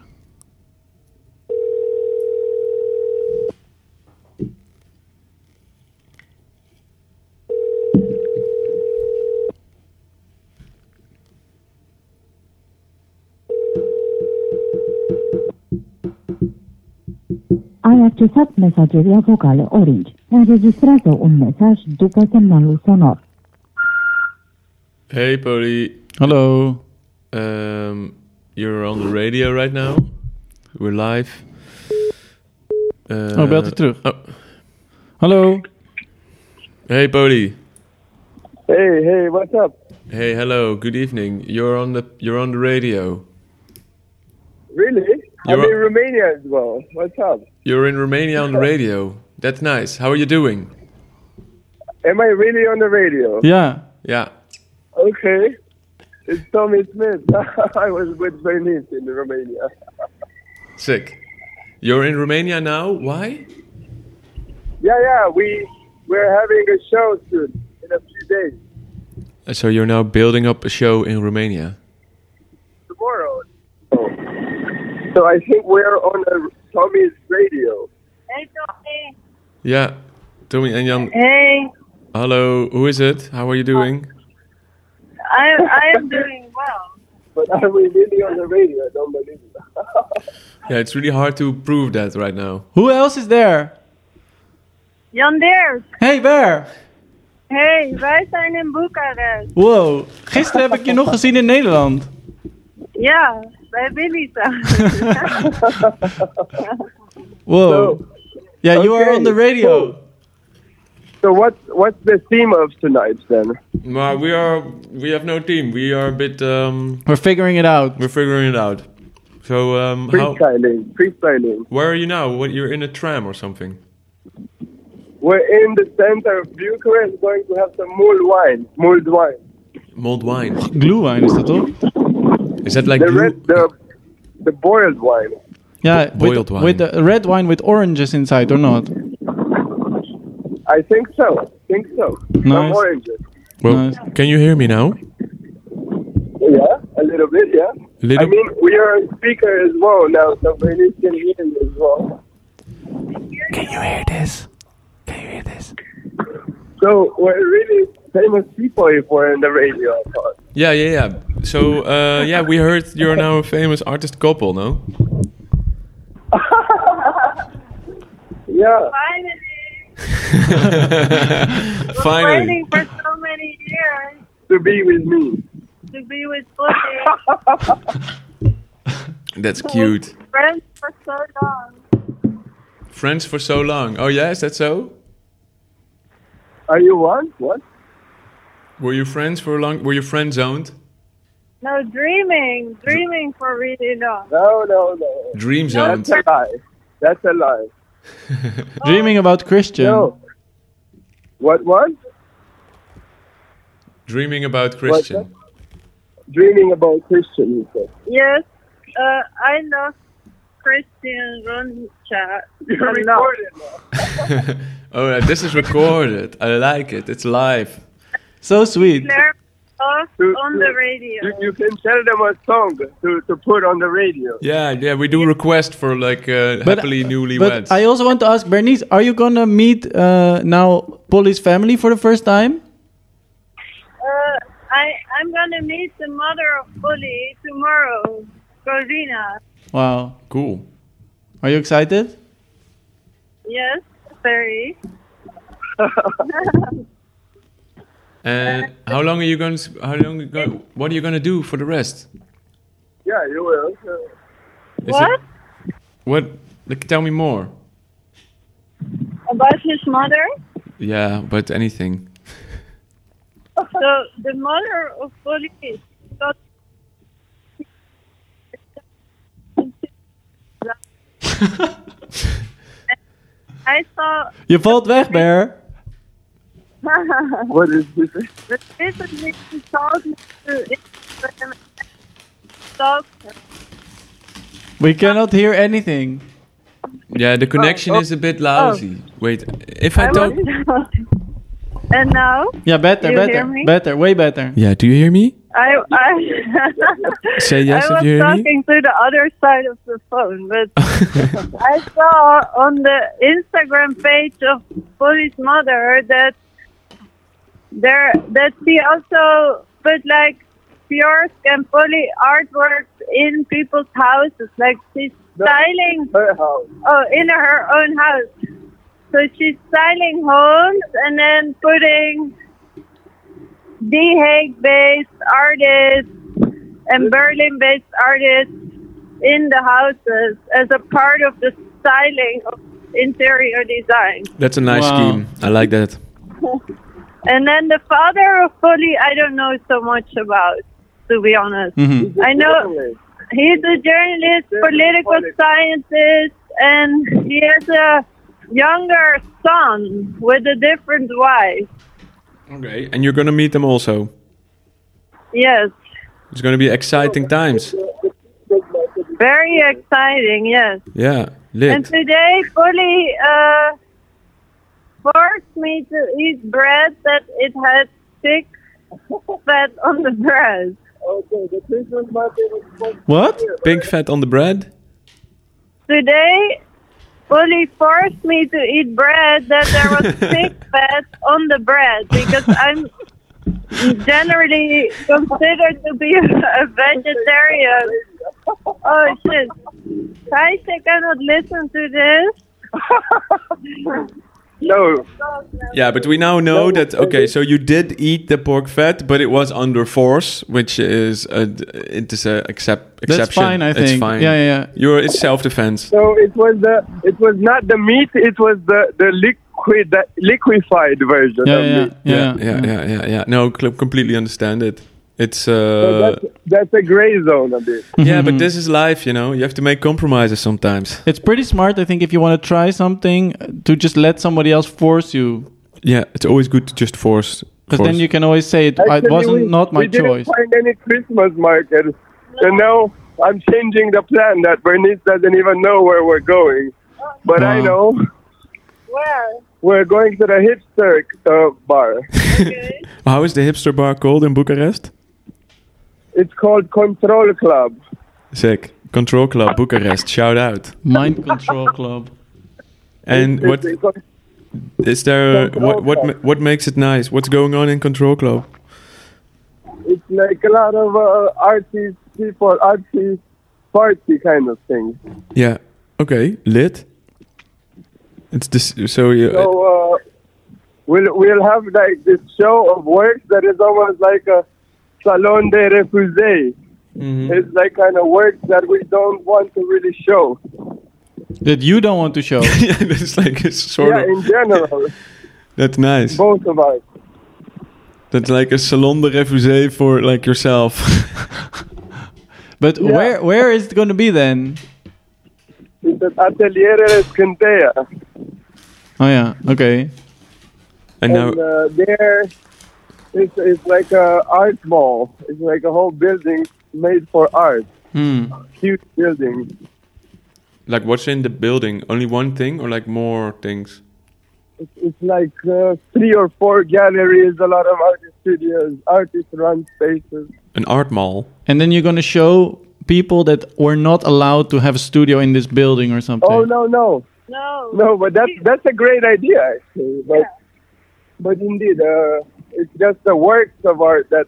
Ai accesat mesageria vocală Orange. Înregistrează un mesaj după semnalul sonor. Hey Poli. Hallo. You're on the radio right now. We're live. Oh, belt hij terug. Oh. Hallo. Hey Poli. Hey, what's up? Hey, hello. Good evening. You're on the radio. Really? I'm in Romania as well. What's up? You're in Romania on the radio. That's nice. How are you doing? Am I really on the radio? Ja. Yeah. Okay. It's Tommy Smith. I was with Bernice in Romania. Sick. You're in Romania now? Why? Yeah. We're having a show soon in a few days. So you're now building up a show in Romania? Tomorrow. So I think we're on Tommy's radio. Hey, Tommy. Yeah. Tommy and Jan. Hey. Hello. Who is it? How are you doing? I am doing well. But are we really on the radio? I don't believe it. Yeah, it's really hard to prove that right now. Who else is there? Jan Deers. Hey, waar? Hey, wij zijn in Boekarest. Wow. Gisteren heb ik je nog gezien in Nederland. Ja, bij Billy thuis. Wow. Yeah, you are on the radio. Cool. So what's the theme of tonight then? Maar we have no team. We are a bit We're figuring it out. we're figuring it out. So Freestyling. where are you now? What, you're in a tram or something? We're in the center of Bucharest going to have some mulled wine. Mulled wine. Glühwein is dat toch? Is that like The boiled wine. Yeah, boiled wine. With the red wine with oranges inside or not? I think so. Some oranges. Well, Nice. can you hear me now? Yeah, a little bit, yeah. Little- I mean, we are on speaker as well now, so Bernice can hear me as well. Can you hear this? So we're really famous people if we're in the radio, I thought. Yeah. So we heard you're now a famous artist couple, no? Yeah. Finally. Finally. Waiting for so many years To be with me. to be with Billy. That's cute. Friends for so long. Friends for so long. Oh yeah, is that so? Are you one? What? Were you friends for long? Were you friend zoned? No, dreaming for really long. No. Dream zoned. That's a lie. Dreaming about Christian. No. What? Dreaming about Christian. Dreaming about Christian, you said. Yes, I love Christian Roncha. You're recorded now. Oh, yeah, this is recorded. I like it. It's live. So sweet. Claire on the radio. You can tell them a song to put on the radio. Yeah. We do request for like happily newlyweds. But I also want to ask Bernice, are you gonna meet now Polly's family for the first time? I'm gonna meet the mother of Polly tomorrow, Corvina. Wow. Cool. Are you excited? Yes, very. And what are you gonna do for the rest? Yeah, you will. Is what? Like, tell me more. About his mother? Yeah, but anything. So the mother of Polly got I saw Je valt weg, Bear. What is this? But recently she told me to Instagram and stalk her. We cannot hear anything. Yeah, the connection is a bit lousy. Wait, if I I talk... was and now Yeah, better, You better, hear me? better, way better. Yeah, do you hear me? I Say yes I if was you hear me. talking to the other side of the phone, but I saw on the Instagram page of Polly's mother that she also put like Björk and Polly artworks in people's houses, like she's styling Her house. in her own house. So she's styling homes and then putting The Hague-based artists and Berlin-based artists in the houses as a part of the styling of interior design. That's a nice Wow. scheme. I like that. And then the father of Polly, I don't know so much about, to be honest. Mhm. I know he's a journalist, political scientist, and he has a younger son with a different wife. Okay, and you're gonna meet them also. Yes, It's gonna be exciting times. very exciting, yes. Yeah, And lit. today, Polly forced me to eat bread that it had thick fat on the bread. Okay, the Christmas market was supposed What? Pink fat on the bread. Today, Polly forced me to eat bread that there was thick fat on the bread because I'm generally considered to be a vegetarian. Oh shit. Guys, I cannot listen to this. No, Yeah, but we now know that. Okay, so you did eat the pork fat, but it was under force, which is it is a exception. That's fine, I It's think. fine. Yeah. It's self-defense. so it was not the meat, it was the liquefied version of meat. Yeah. No, completely understand it. It's So that's a gray zone a bit. yeah, but this is life, you know. You have to make compromises sometimes. It's pretty smart, I think, if you want to try something, to just let somebody else force you. Yeah, it's always good to just force. Because then you can always say it wasn't not my we choice. didn't find any Christmas market, and now I'm changing the plan that Bernice doesn't even know where we're going. But I Wow. know Where? we're going to the hipster bar. Okay. How is the hipster bar called in Bucharest? It's called Control Club. Sick. Control Club Bucharest. Shout out. Mind Control Club. And what It's- is there? Control Club. What makes it nice? What's going on in Control Club? It's like a lot of arty people, arty party kind of thing. Yeah. Okay. Lit. It's this. So you. So we'll have like this show of works that is almost like a salon des refusés. Mhm. It's like kind of work that we don't want to really show. That you don't want to show. Yeah, that's like a sort Yeah, of. in general, That's nice. both of us. That's like a salon de refusé for like yourself. But Yeah. where is it going to be then? It's at Atelier Escantea. Oh yeah, okay. And now. And there, it's like a art mall. It's like a whole building made for art. Huge building. Like, what's in the building? Only one thing, or like more things? It's like 3 or 4 galleries, a lot of artist studios, artist-run spaces. An art mall. And then you're going to show people that were not allowed to have a studio in this building or something. Oh no, No. but that's a great idea actually. But indeed, it's just the works of art that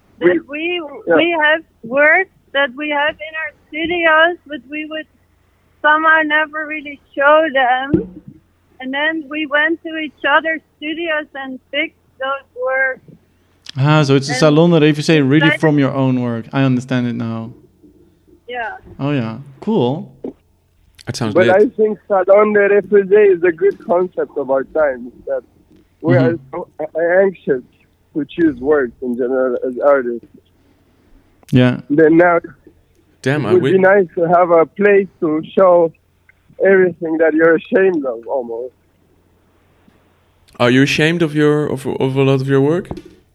We have work that we have in our studios, but we would somehow never really show them. And then we went to each other's studios and picked those works. So it's a And salon that if you say really like- from your own work. I understand it now. Yeah. Oh yeah, cool. That sounds But lit. I think Salon des Refusés is a good concept of our time. That we are so anxious to choose works in general as artists. Yeah. Then now Damn, it I would be wish. nice to have a place to show everything that you're ashamed of, almost. Are you ashamed of of a lot of your work?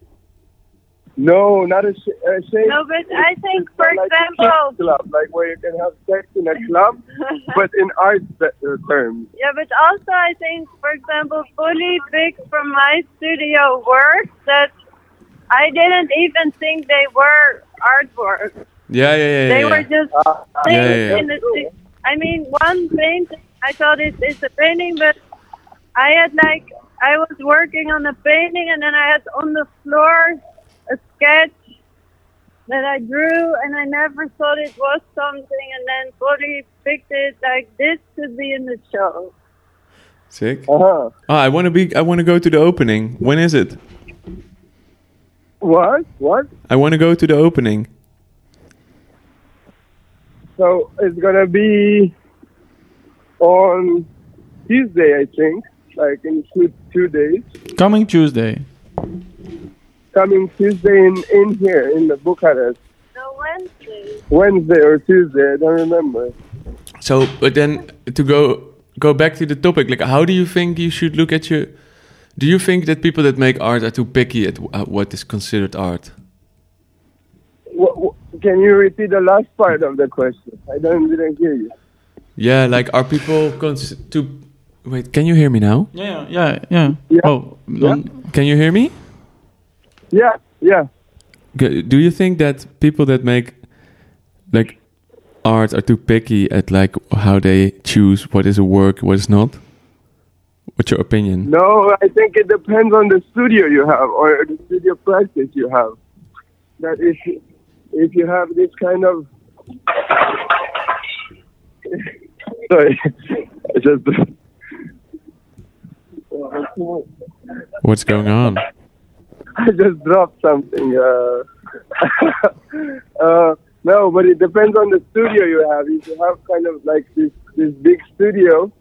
No, not ashamed. No, but I think, for Like a example, club, like where you can have sex in a club, but in art terms. yeah, but also I think, for example, fully picked from my studio works that I didn't even think they were artwork. Yeah. They were just things Yeah. in the I mean, one painting, I thought it's a painting, but I was working on a painting and then I had on the floor a sketch that I drew and I never thought it was something, and then fully picked it like this could be in the show. Sick. Uh-huh. I want to go to the opening. When is it? What? I want to go to the opening. So it's gonna be on Tuesday, I think, like in two days. Coming Tuesday. Coming Tuesday in here in the Bucharest. No, Wednesday. Wednesday or Tuesday, I don't remember. So, but then to go back to the topic, like, how do you think you should look at your? Do you think that people that make art are too picky at what is considered art? Can you repeat the last part of the question? I didn't hear you. Yeah, like, are people too? Wait, can you hear me now? Yeah. Yeah. Oh, Can you hear me? Yeah. Do you think that people that make like art are too picky at like how they choose what is a work, what is not? What's your opinion? No, I think it depends on the studio you have or the studio practice you have. That if you have this kind of sorry, I just What's going on? I just dropped something. No, but it depends on the studio you have. If you have kind of like this big studio,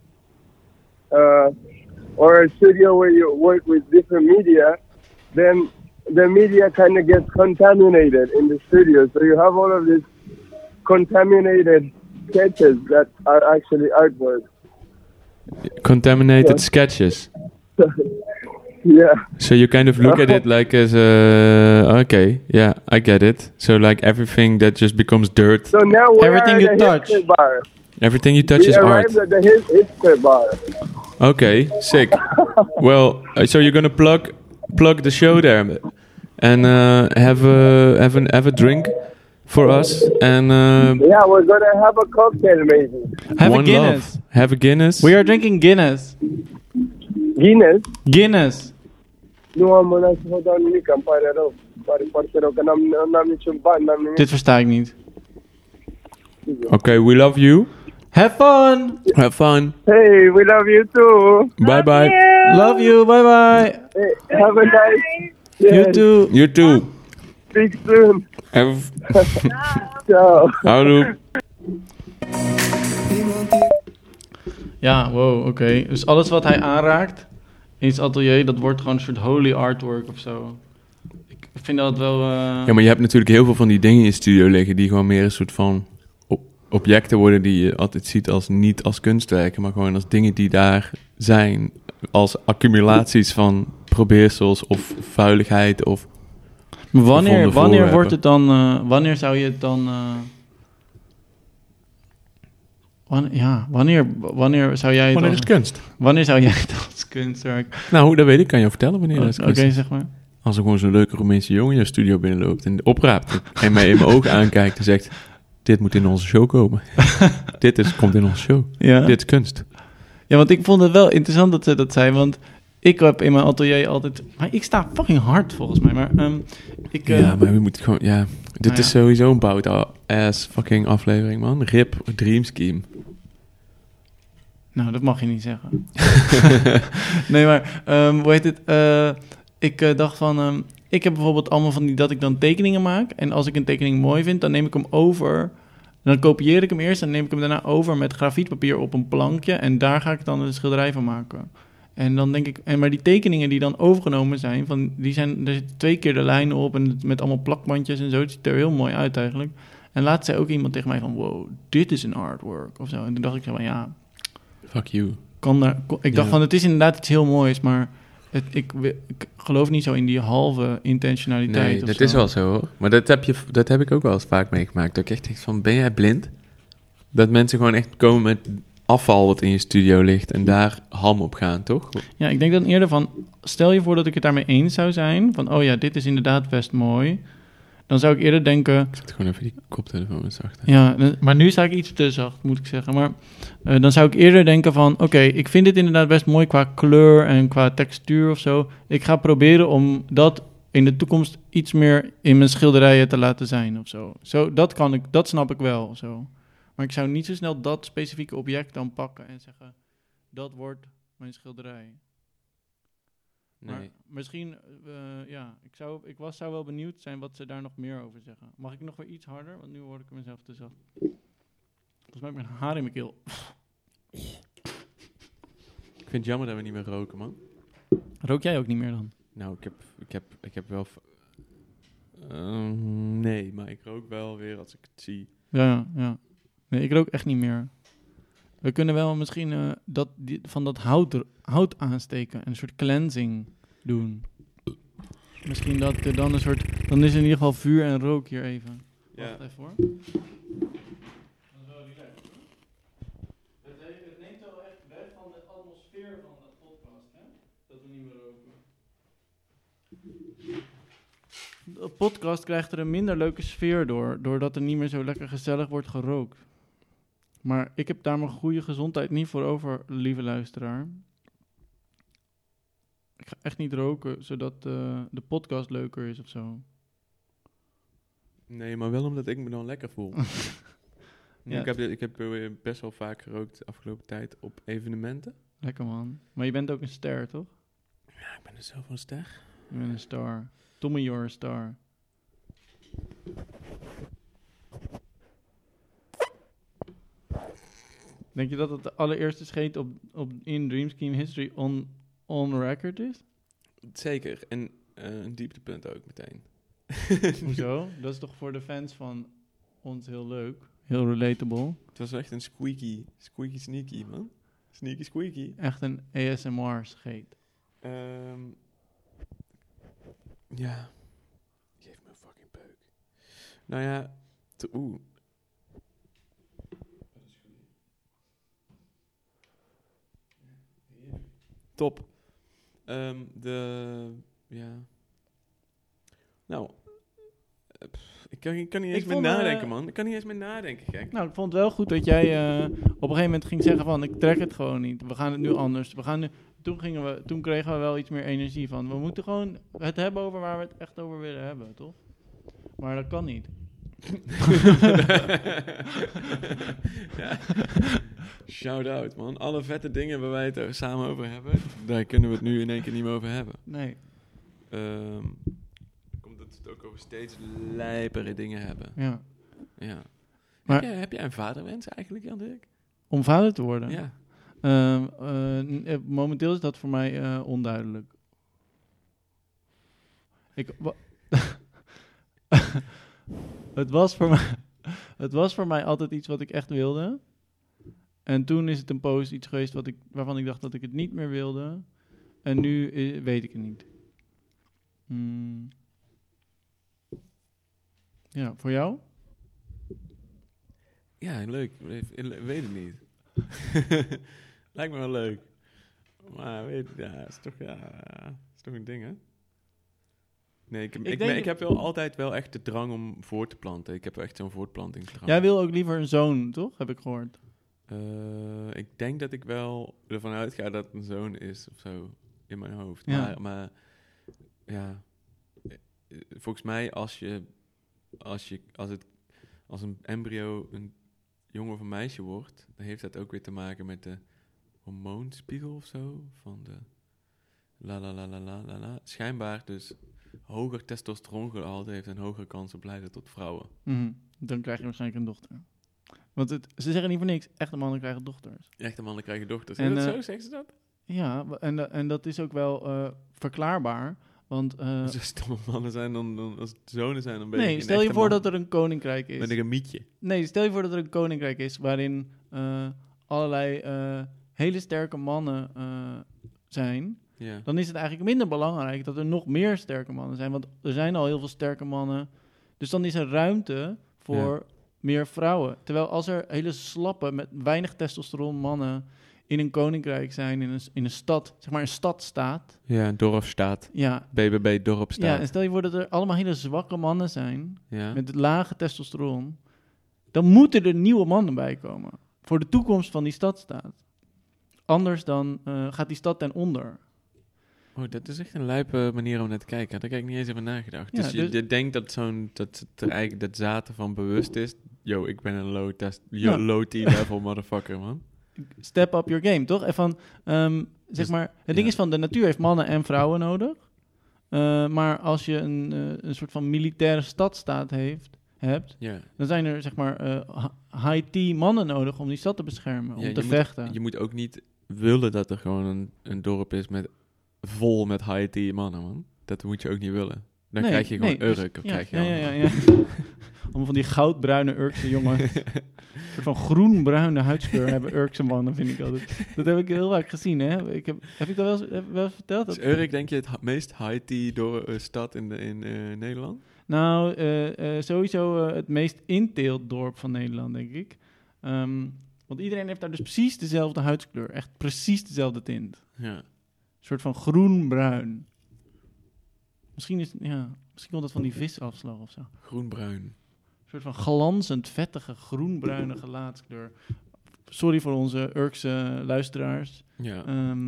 or a studio where you work with different media, then the media kind of gets contaminated in the studio. So you have all of these contaminated sketches that are actually artwork. Contaminated sketches. Yeah. So you kind of look at it like as okay, yeah, I get it. So like everything that just becomes dirt. So now we Everything are you at the touch. hipster bar. Everything you touch We is art. arrived at the hipster bar. Okay, sick. Well, so you're gonna plug the show there, and have a drink for us, and Yeah, we're gonna have a cocktail maybe. Have a one Guinness. love. Have a Guinness. We are drinking Guinness. Guinness? Nu am mânat să vă dau nimic, îmi pare rău. Pare foarte rău că n-am niciun ban, n-am nimic. Dit versta ik niet. Okay, we love you. Have fun. Have fun. Hey, we love you too. Bye bye. Love you. Bye bye. Hey, have a nice... You too. You too. Speak soon. Ciao. Houdoe. Ja, wow, oké. Dus alles wat hij aanraakt in het atelier, dat wordt gewoon een soort holy artwork of zo. Ik vind dat wel... Ja, maar je hebt natuurlijk heel veel van die dingen in je studio liggen die gewoon meer een soort van objecten worden die je altijd ziet als niet als kunstwerken, maar gewoon als dingen die daar zijn, als accumulaties van probeersels of vuiligheid of... Maar wanneer wordt voorwerpen. het dan... wanneer zou je het dan... wanneer zou jij het... Wanneer is kunst? Wanneer zou jij het als kunstwerk... Nou, dat weet ik. Kan je vertellen wanneer dat is kunst. Oké, zeg maar. Als er gewoon zo'n leuke Roemeense jongen in je studio binnenloopt en opraapt en mij in mijn ogen aankijkt en zegt, dit moet in onze show komen. Komt in onze show. Ja. Dit is kunst. Ja, want ik vond het wel interessant dat ze dat zei, want ik heb in mijn atelier altijd... Maar ik sta fucking hard volgens mij, maar ja, maar we moeten gewoon... Ja, dit is sowieso een bout-ass fucking aflevering, man. RIP Dream Scheme. Nou, dat mag je niet zeggen. Nee, maar hoe heet het? Ik dacht van... ik heb bijvoorbeeld allemaal van die dat ik dan tekeningen maak. En als ik een tekening mooi vind, dan neem ik hem over. Dan kopieer ik hem eerst en neem ik hem daarna over met grafietpapier op een plankje. En daar ga ik dan een schilderij van maken. En dan denk ik... maar die tekeningen die dan overgenomen zijn, er zitten 2 keer de lijnen op en met allemaal plakbandjes en zo. Het ziet er heel mooi uit eigenlijk. En laatst zei ook iemand tegen mij van, wow, dit is een artwork of zo. En toen dacht ik van, ja... Fuck you. Ik dacht van, het is inderdaad iets heel moois, maar ik geloof niet zo in die halve intentionaliteit. Nee, of dat zo. is wel zo hoor. Maar dat heb ik ook wel eens vaak meegemaakt. Dat ik echt denk van, ben jij blind? Dat mensen gewoon echt komen met afval wat in je studio ligt en daar ham op gaan, toch? Ja, ik denk dan eerder van, stel je voor dat ik het daarmee eens zou zijn, van oh ja, dit is inderdaad best mooi. Dan zou ik eerder denken... Ik zet gewoon even die koptelefoon eens achter. Ja, maar nu sta ik iets te zacht, moet ik zeggen. Maar dan zou ik eerder denken van... Oké, ik vind dit inderdaad best mooi qua kleur en qua textuur of zo. Ik ga proberen om dat in de toekomst iets meer in mijn schilderijen te laten zijn of zo. Dat snap ik wel, zo. Maar ik zou niet zo snel dat specifieke object dan pakken en zeggen... Dat wordt mijn schilderij. Nee. Maar misschien, ik zou wel benieuwd zijn wat ze daar nog meer over zeggen. Mag ik nog weer iets harder? Want nu hoor ik mezelf te zacht. Volgens mij heb ik mijn haar in mijn keel. Ik vind het jammer dat we niet meer roken, man. Rook jij ook niet meer dan? Nou, ik heb wel... nee, maar ik rook wel weer als ik het zie. Ja. Nee, ik rook echt niet meer. We kunnen wel misschien van dat hout aansteken. Een soort cleansing doen. Misschien dat er dan een soort... Dan is in ieder geval vuur en rook hier even. Ja. Wacht even hoor. Het neemt wel echt weg van de atmosfeer van de podcast, hè? Dat we niet meer roken. De podcast krijgt er een minder leuke sfeer doordat er niet meer zo lekker gezellig wordt gerookt. Maar ik heb daar mijn goede gezondheid niet voor over, lieve luisteraar. Ik ga echt niet roken, zodat de podcast leuker is of zo. Nee, maar wel omdat ik me dan lekker voel. Ja. Ik heb best wel vaak gerookt de afgelopen tijd op evenementen. Lekker man. Maar je bent ook een ster, toch? Ja, ik ben er zelf een ster. Je bent een star. Tommy, you're a star. Denk je dat het de allereerste scheet op in Dream Scheme History on record is? Zeker. En een dieptepunt ook meteen. Hoezo? Dat is toch voor de fans van ons heel leuk. Heel relatable. Het was echt een squeaky sneaky, man. Sneaky squeaky. Echt een ASMR-scheet. Ja. Geef me een fucking peuk. Nou ja. Top. Ja. Nou. Ik kan niet eens meer nadenken, man. Ik kan niet eens meer nadenken, gek. Nou, ik vond het wel goed dat jij op een gegeven moment ging zeggen van... ik trek het gewoon niet. We gaan het nu anders. Toen kregen we wel iets meer energie van. We moeten gewoon het hebben over waar we het echt over willen hebben, toch? Maar dat kan niet. Ja. Shout-out, man. Alle vette dingen waar wij het er samen over hebben... daar kunnen we het nu in één keer niet meer over hebben. Nee. Komt dat we het ook over steeds lijpere dingen hebben. Ja. Ja. Maar- Heb jij een vaderwens eigenlijk, Jan-Dirk? Om vader te worden? Ja. Momenteel is dat voor mij onduidelijk. Het was voor mij altijd iets wat ik echt wilde. En toen is het een post iets geweest waarvan ik dacht dat ik het niet meer wilde. En nu weet ik het niet. Ja, voor jou? Ja, leuk. Ik weet het niet. Lijkt me wel leuk. Maar is toch een ding, hè? Nee, ik heb wel altijd wel echt de drang om voort te planten. Ik heb echt zo'n voortplantingsdrang. Jij wil ook liever een zoon, toch? Heb ik gehoord. Ik denk dat ik wel ervan uitga dat het een zoon is of zo in mijn hoofd. Ja. Maar ja, volgens mij als een embryo een jongen of een meisje wordt, dan heeft dat ook weer te maken met de hormoonspiegel of zo van de la. Schijnbaar dus hoger testosterongehalte heeft een hogere kans op leiden tot vrouwen. Dan krijg je waarschijnlijk een dochter. Want ze zeggen niet voor niks, echte mannen krijgen dochters. Echte mannen krijgen dochters. En, Is dat zo? Zeggen ze dat? Ja, en dat is ook wel verklaarbaar. Want, Als er stomme mannen zijn, dan als het zonen zijn, dan ben je nee, geen stel je echte voor man. dat er een koninkrijk is. Ben ik een mietje. Nee, stel je voor dat er een koninkrijk is waarin allerlei hele sterke mannen zijn. Ja. dan is het eigenlijk minder belangrijk dat er nog meer sterke mannen zijn. Want er zijn al heel veel sterke mannen. Dus dan is er ruimte voor meer vrouwen. Terwijl als er hele slappe, met weinig testosteron mannen in een koninkrijk zijn, in een stad, zeg maar een stadstaat. Ja, dorpsstaat. Ja, BBB dorpsstaat. ja, en stel je voor dat er allemaal hele zwakke mannen zijn, Ja. met lage testosteron. Dan moeten er nieuwe mannen bij komen. Voor de toekomst van die stadstaat. Anders dan gaat die stad ten onder. Oh, dat is echt een lijpe manier om naar te kijken. Daar heb ik niet eens over nagedacht. Ja, dus je denkt dat dat het er eigenlijk dat zaten van bewust is. Yo, ik ben een low T-level motherfucker, man. Step up your game, toch? En van, zeg maar, het ding is van, de natuur heeft mannen en vrouwen nodig. Maar als je een soort van militaire stadstaat hebt, Ja. dan zijn er, zeg maar, high-T mannen nodig om die stad te beschermen, om te vechten. Je moet ook niet willen dat er gewoon een dorp is vol met high-T mannen, man. Dat moet je ook niet willen. Dan krijg je gewoon Urk. Of krijg je ja. Allemaal van die goudbruine Urkse jongens. Een soort van groenbruine huidskleur hebben Urkse mannen, vind ik altijd. Dat heb ik heel vaak gezien, hè. Heb ik dat wel eens verteld? Is Urk, denk je, het meest high-T stad in Nederland? Nou, sowieso het meest inteeltdorp van Nederland, denk ik. Want iedereen heeft daar dus precies dezelfde huidskleur. Echt precies dezelfde tint. Ja. Een soort van groenbruin. Misschien komt dat van die visafslag of zo. Groenbruin. Een soort van glanzend, vettige, groenbruine gelaatskleur. Sorry voor onze Urkse luisteraars. Ja.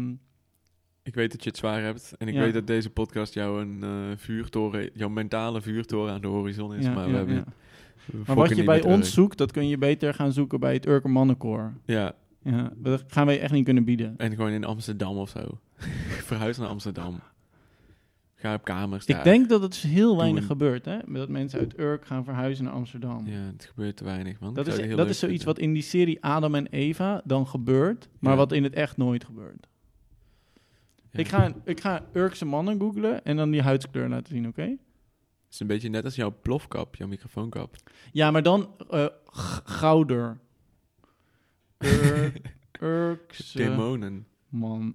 Ik Ik weet dat je het zwaar hebt. En ik Ja. weet dat deze podcast jouw mentale vuurtoren aan de horizon is. Maar we hebben... Maar fokken wat je niet bij met ons Urk. zoekt, dat kun je beter gaan zoeken bij het Urker Mannenkoor. Ja, Ja, dat gaan wij echt niet kunnen bieden. en gewoon in Amsterdam of zo. Verhuis naar Amsterdam. Ga op kamers Ik daar. denk dat het dus heel weinig een- gebeurt, hè? Dat mensen uit Urk gaan verhuizen naar Amsterdam. Ja, het gebeurt te weinig, man. Dat Ik zou het heel is leuk zoiets vinden. wat in die serie Adam en Eva dan gebeurt, maar Ja. wat in het echt nooit gebeurt. Ja. Ik ga Urkse mannen googlen en dan die huidskleur laten zien, oké? Het is een beetje net als jouw plofkap, jouw microfoonkap. Ja, maar dan gouder. Urkse Demonen. man.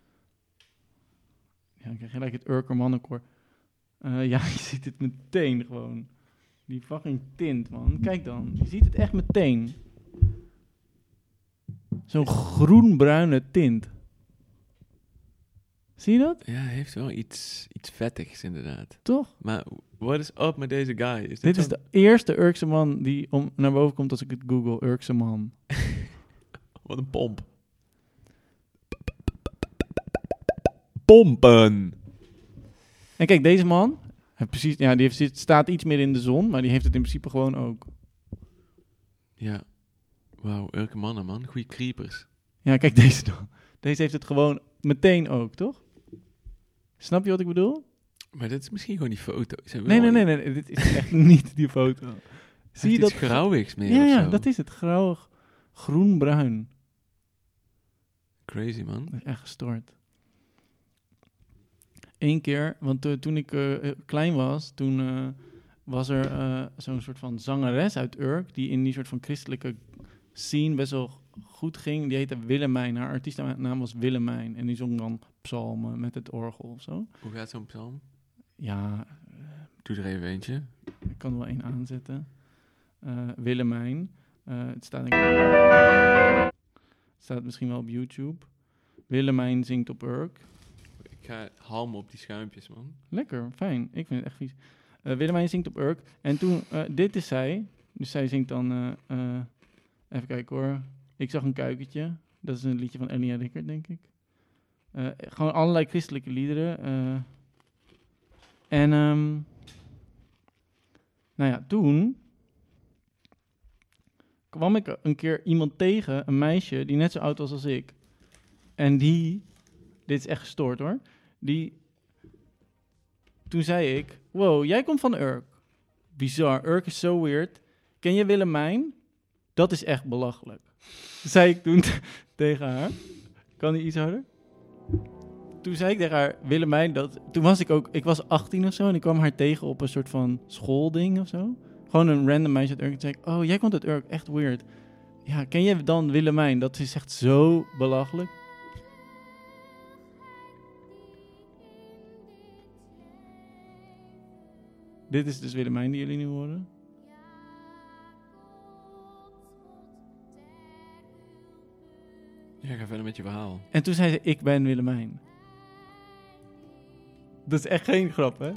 Ja, dan krijg je gelijk het Urker mannenkoor. Ja, je ziet het meteen gewoon. Die fucking tint, man. Kijk dan. Je ziet het echt meteen. Zo'n groenbruine tint. Zie je dat? Ja, hij heeft wel iets vettigs, inderdaad. Toch? Maar wat is op met deze guy? Dit is de eerste Urkse man die naar boven komt als ik het google. Urkse man. Wat een pomp. Pompen! En kijk, deze man... Precies, ja, staat iets meer in de zon, maar die heeft het in principe gewoon ook. Ja. Wauw, elke mannen, man. Goeie creepers. Ja, kijk deze dan. Deze heeft het gewoon meteen ook, toch? Snap je wat ik bedoel? Maar dit is misschien gewoon die foto. Nee. Dit is echt niet die foto. Zie je dat? grauwigs meer Ja, of ja, zo? dat is het. Grauwig, groenbruin. Crazy, man. Dat is echt gestoord. Eén keer, want toen ik klein was, toen was er zo'n soort van zangeres uit Urk, die in die soort van christelijke scene best wel goed ging. Die heette Willemijn. Haar artiestennaam was Willemijn. En die zong dan psalmen met het orgel of zo. Hoe gaat zo'n psalm? Ja, Doe er even eentje. ik kan er wel één aanzetten. Willemijn. Het staat misschien wel op YouTube. Willemijn zingt op Urk. Ik ga halmen op die schuimpjes, man. Lekker, fijn. Ik vind het echt vies. Willemijn zingt op Urk. En toen, dit is zij. Dus zij zingt dan, even kijken hoor. Ik zag een kuikentje. Dat is een liedje van Elia Rickert, denk ik. Gewoon allerlei christelijke liederen. Nou ja, toen kwam ik een keer iemand tegen, een meisje, die net zo oud was als ik. En dit is echt gestoord hoor. Toen zei ik, wow, jij komt van Urk. Bizar, Urk is zo weird. Ken je Willemijn? Dat is echt belachelijk. Zei ik toen tegen haar. Kan die iets harder? Toen zei ik tegen haar, Willemijn, toen was ik was 18 of zo en ik kwam haar tegen op een soort van schoolding of zo. Gewoon een random meisje uit Urk. Toen zei ik, oh, jij komt uit Urk, echt weird. Ja, ken je dan Willemijn? Dat is echt zo belachelijk. Dit is dus Willemijn die jullie nu horen. Ja, ga verder met je verhaal. En toen zei ze, ik ben Willemijn. Dat is echt geen grap, hè?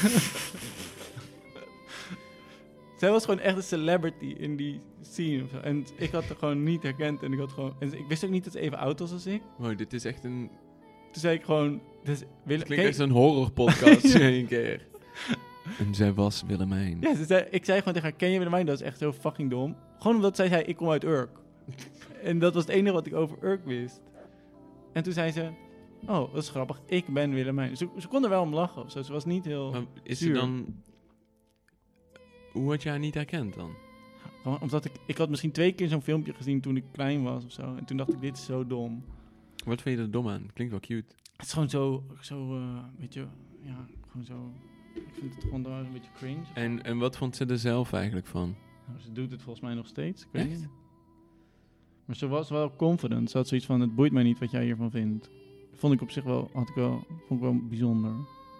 Zij was gewoon echt een celebrity in die scene. Of zo. En ik had haar gewoon niet herkend. En ik wist ook niet dat ze even oud was als ik. Wow, dit is echt een... Toen zei ik gewoon... Het klinkt echt een horrorpodcast in één keer. En zij was Willemijn. Ja, ik zei gewoon tegen haar, ken je Willemijn? Dat is echt zo fucking dom. Gewoon omdat zij zei, ik kom uit Urk. En dat was het enige wat ik over Urk wist. En toen zei ze, oh, dat is grappig, ik ben Willemijn. Ze kon er wel om lachen of zo. Ze was niet heel Maar is zuur. ze dan... Hoe had je haar niet herkend dan? Gewoon omdat ik had misschien 2 keer zo'n filmpje gezien toen ik klein was of zo. En toen dacht ik, dit is zo dom. Wat vind je er dom aan? Klinkt wel cute. Het is gewoon zo weet je, ja, gewoon zo... Ik vind het gewoon een beetje cringe. En wat vond ze er zelf eigenlijk van? Nou, ze doet het volgens mij nog steeds. Ik weet Echt? niet. Maar ze was wel confident. Ze had zoiets van, het boeit mij niet wat jij hiervan vindt. Vond ik op zich wel, vond ik wel bijzonder.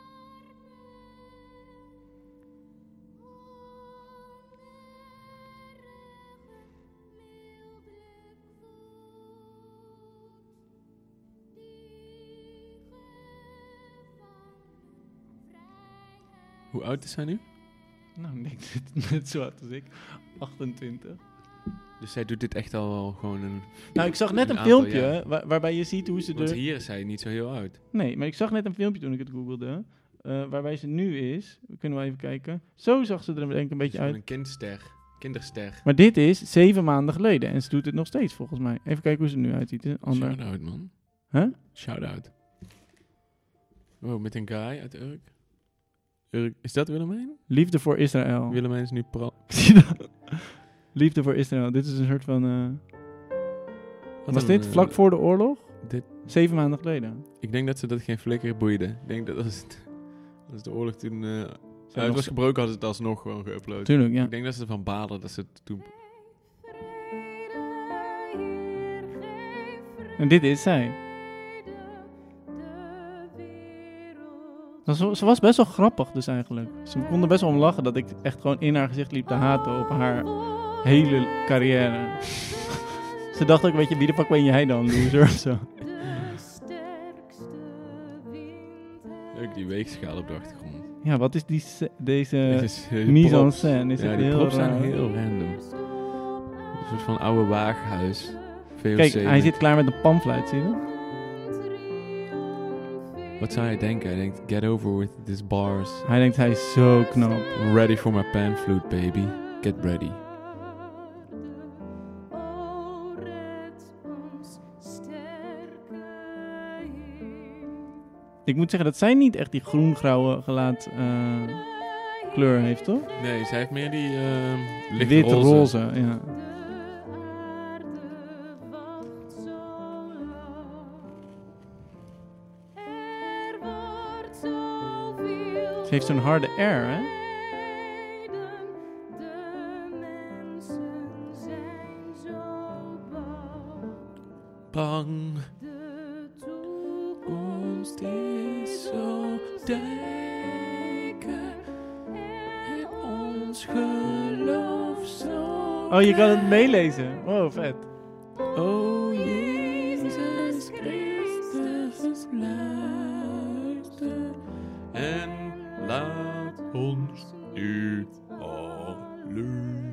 Hoe oud is zij nu? Nou, ik denk net zo oud als ik. 28. Dus zij doet dit echt al wel gewoon een... Nou, ik zag net een aantal filmpje jaar. waarbij je ziet hoe ze Want er... hier is zij niet zo heel oud. Nee, maar ik zag net een filmpje toen ik het googelde. Waarbij ze nu is. We kunnen wel even kijken. Zo zag ze er denk ik een beetje uit. Een kinderster. Maar dit is 7 maanden geleden. En ze doet het nog steeds volgens mij. Even kijken hoe ze er nu uitziet. Een ander... Shout-out, man. Huh? Shout-out. Oh, met een guy uit Urk. Is dat Willemijn? Liefde voor Israël. Willemijn is nu Zie je dat? Liefde voor Israël. Dit is een soort van... Was dit vlak voor de oorlog? 7 maanden geleden. Ik denk dat ze dat geen flikker boeide. Ik denk dat als de oorlog toen uit nog was gebroken, hadden ze het alsnog gewoon geüpload. Tuurlijk, ja. Ik denk dat ze ervan balen dat ze het toen... En dit is zij. Ze was best wel grappig dus eigenlijk. Ze kon er best wel om lachen dat ik echt gewoon in haar gezicht liep te haten op haar hele carrière. Ze dacht ook, weet je, wie de fuck ben jij dan, loser of zo. Leuk, die weegschaal op de achtergrond. Ja, wat is deze Is, mise en props. scène? Is Ja, het die heel props zijn raar. heel random. Een soort van oude waaghuis. VOC. Kijk, hij zit klaar met een panfluit, zie je dat? Wat zou hij denken? Hij denkt, get over with these bars. Hij denkt, hij is zo knap. Ready for my pan flute, baby. Get ready. Ik moet zeggen dat zij niet echt die groen-grauwe gelaat kleur heeft, toch? Nee, zij heeft meer die lichte Wit-roze, ja. Ze heeft zo'n harde R, hè? Bang. De toekomst is zo dikker. En ons geloof zo. Oh, je kan het meelezen. Wow, vet. Oh, Jezus Christus, luister. En laat ons nu alleen.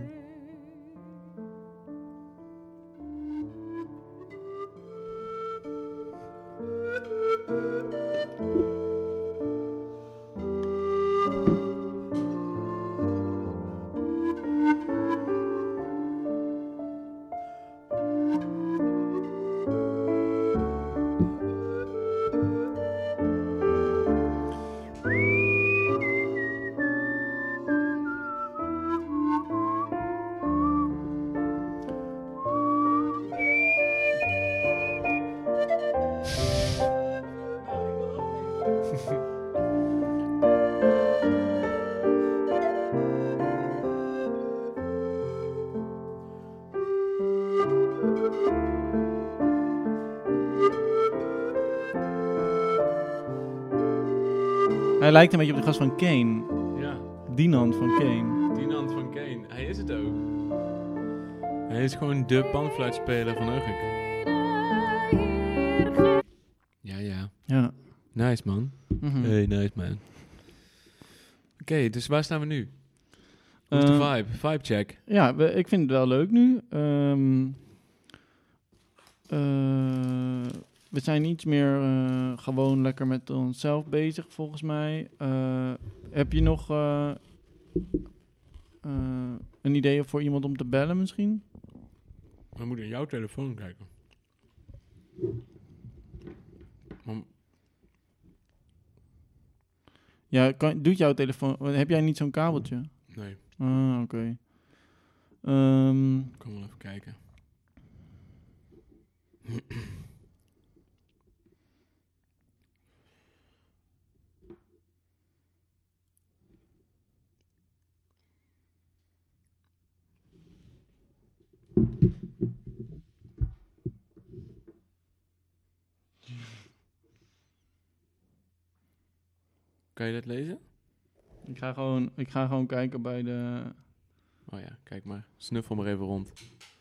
Hij lijkt een beetje op de gast van Kane. Ja. Dinant van Kane. Dinant van Kane. Hij is het ook. Hij is gewoon de panfluitspeler van Urk. Ja. Ja. Nice, man. Mhm. Hey, nice, man. Oké, dus waar staan we nu? Hoe is de vibe? Vibe check. Ja, ik vind het wel leuk nu. We zijn iets meer gewoon lekker met onszelf bezig, volgens mij. Heb je nog een idee voor iemand om te bellen misschien? We moeten in jouw telefoon kijken. Ja, doet jouw telefoon... Heb jij niet zo'n kabeltje? Nee, Ah, oké. ik kan wel even kijken. Kan je dat lezen? Ik ga gewoon kijken bij de... Oh ja, kijk maar. Snuffel maar even rond.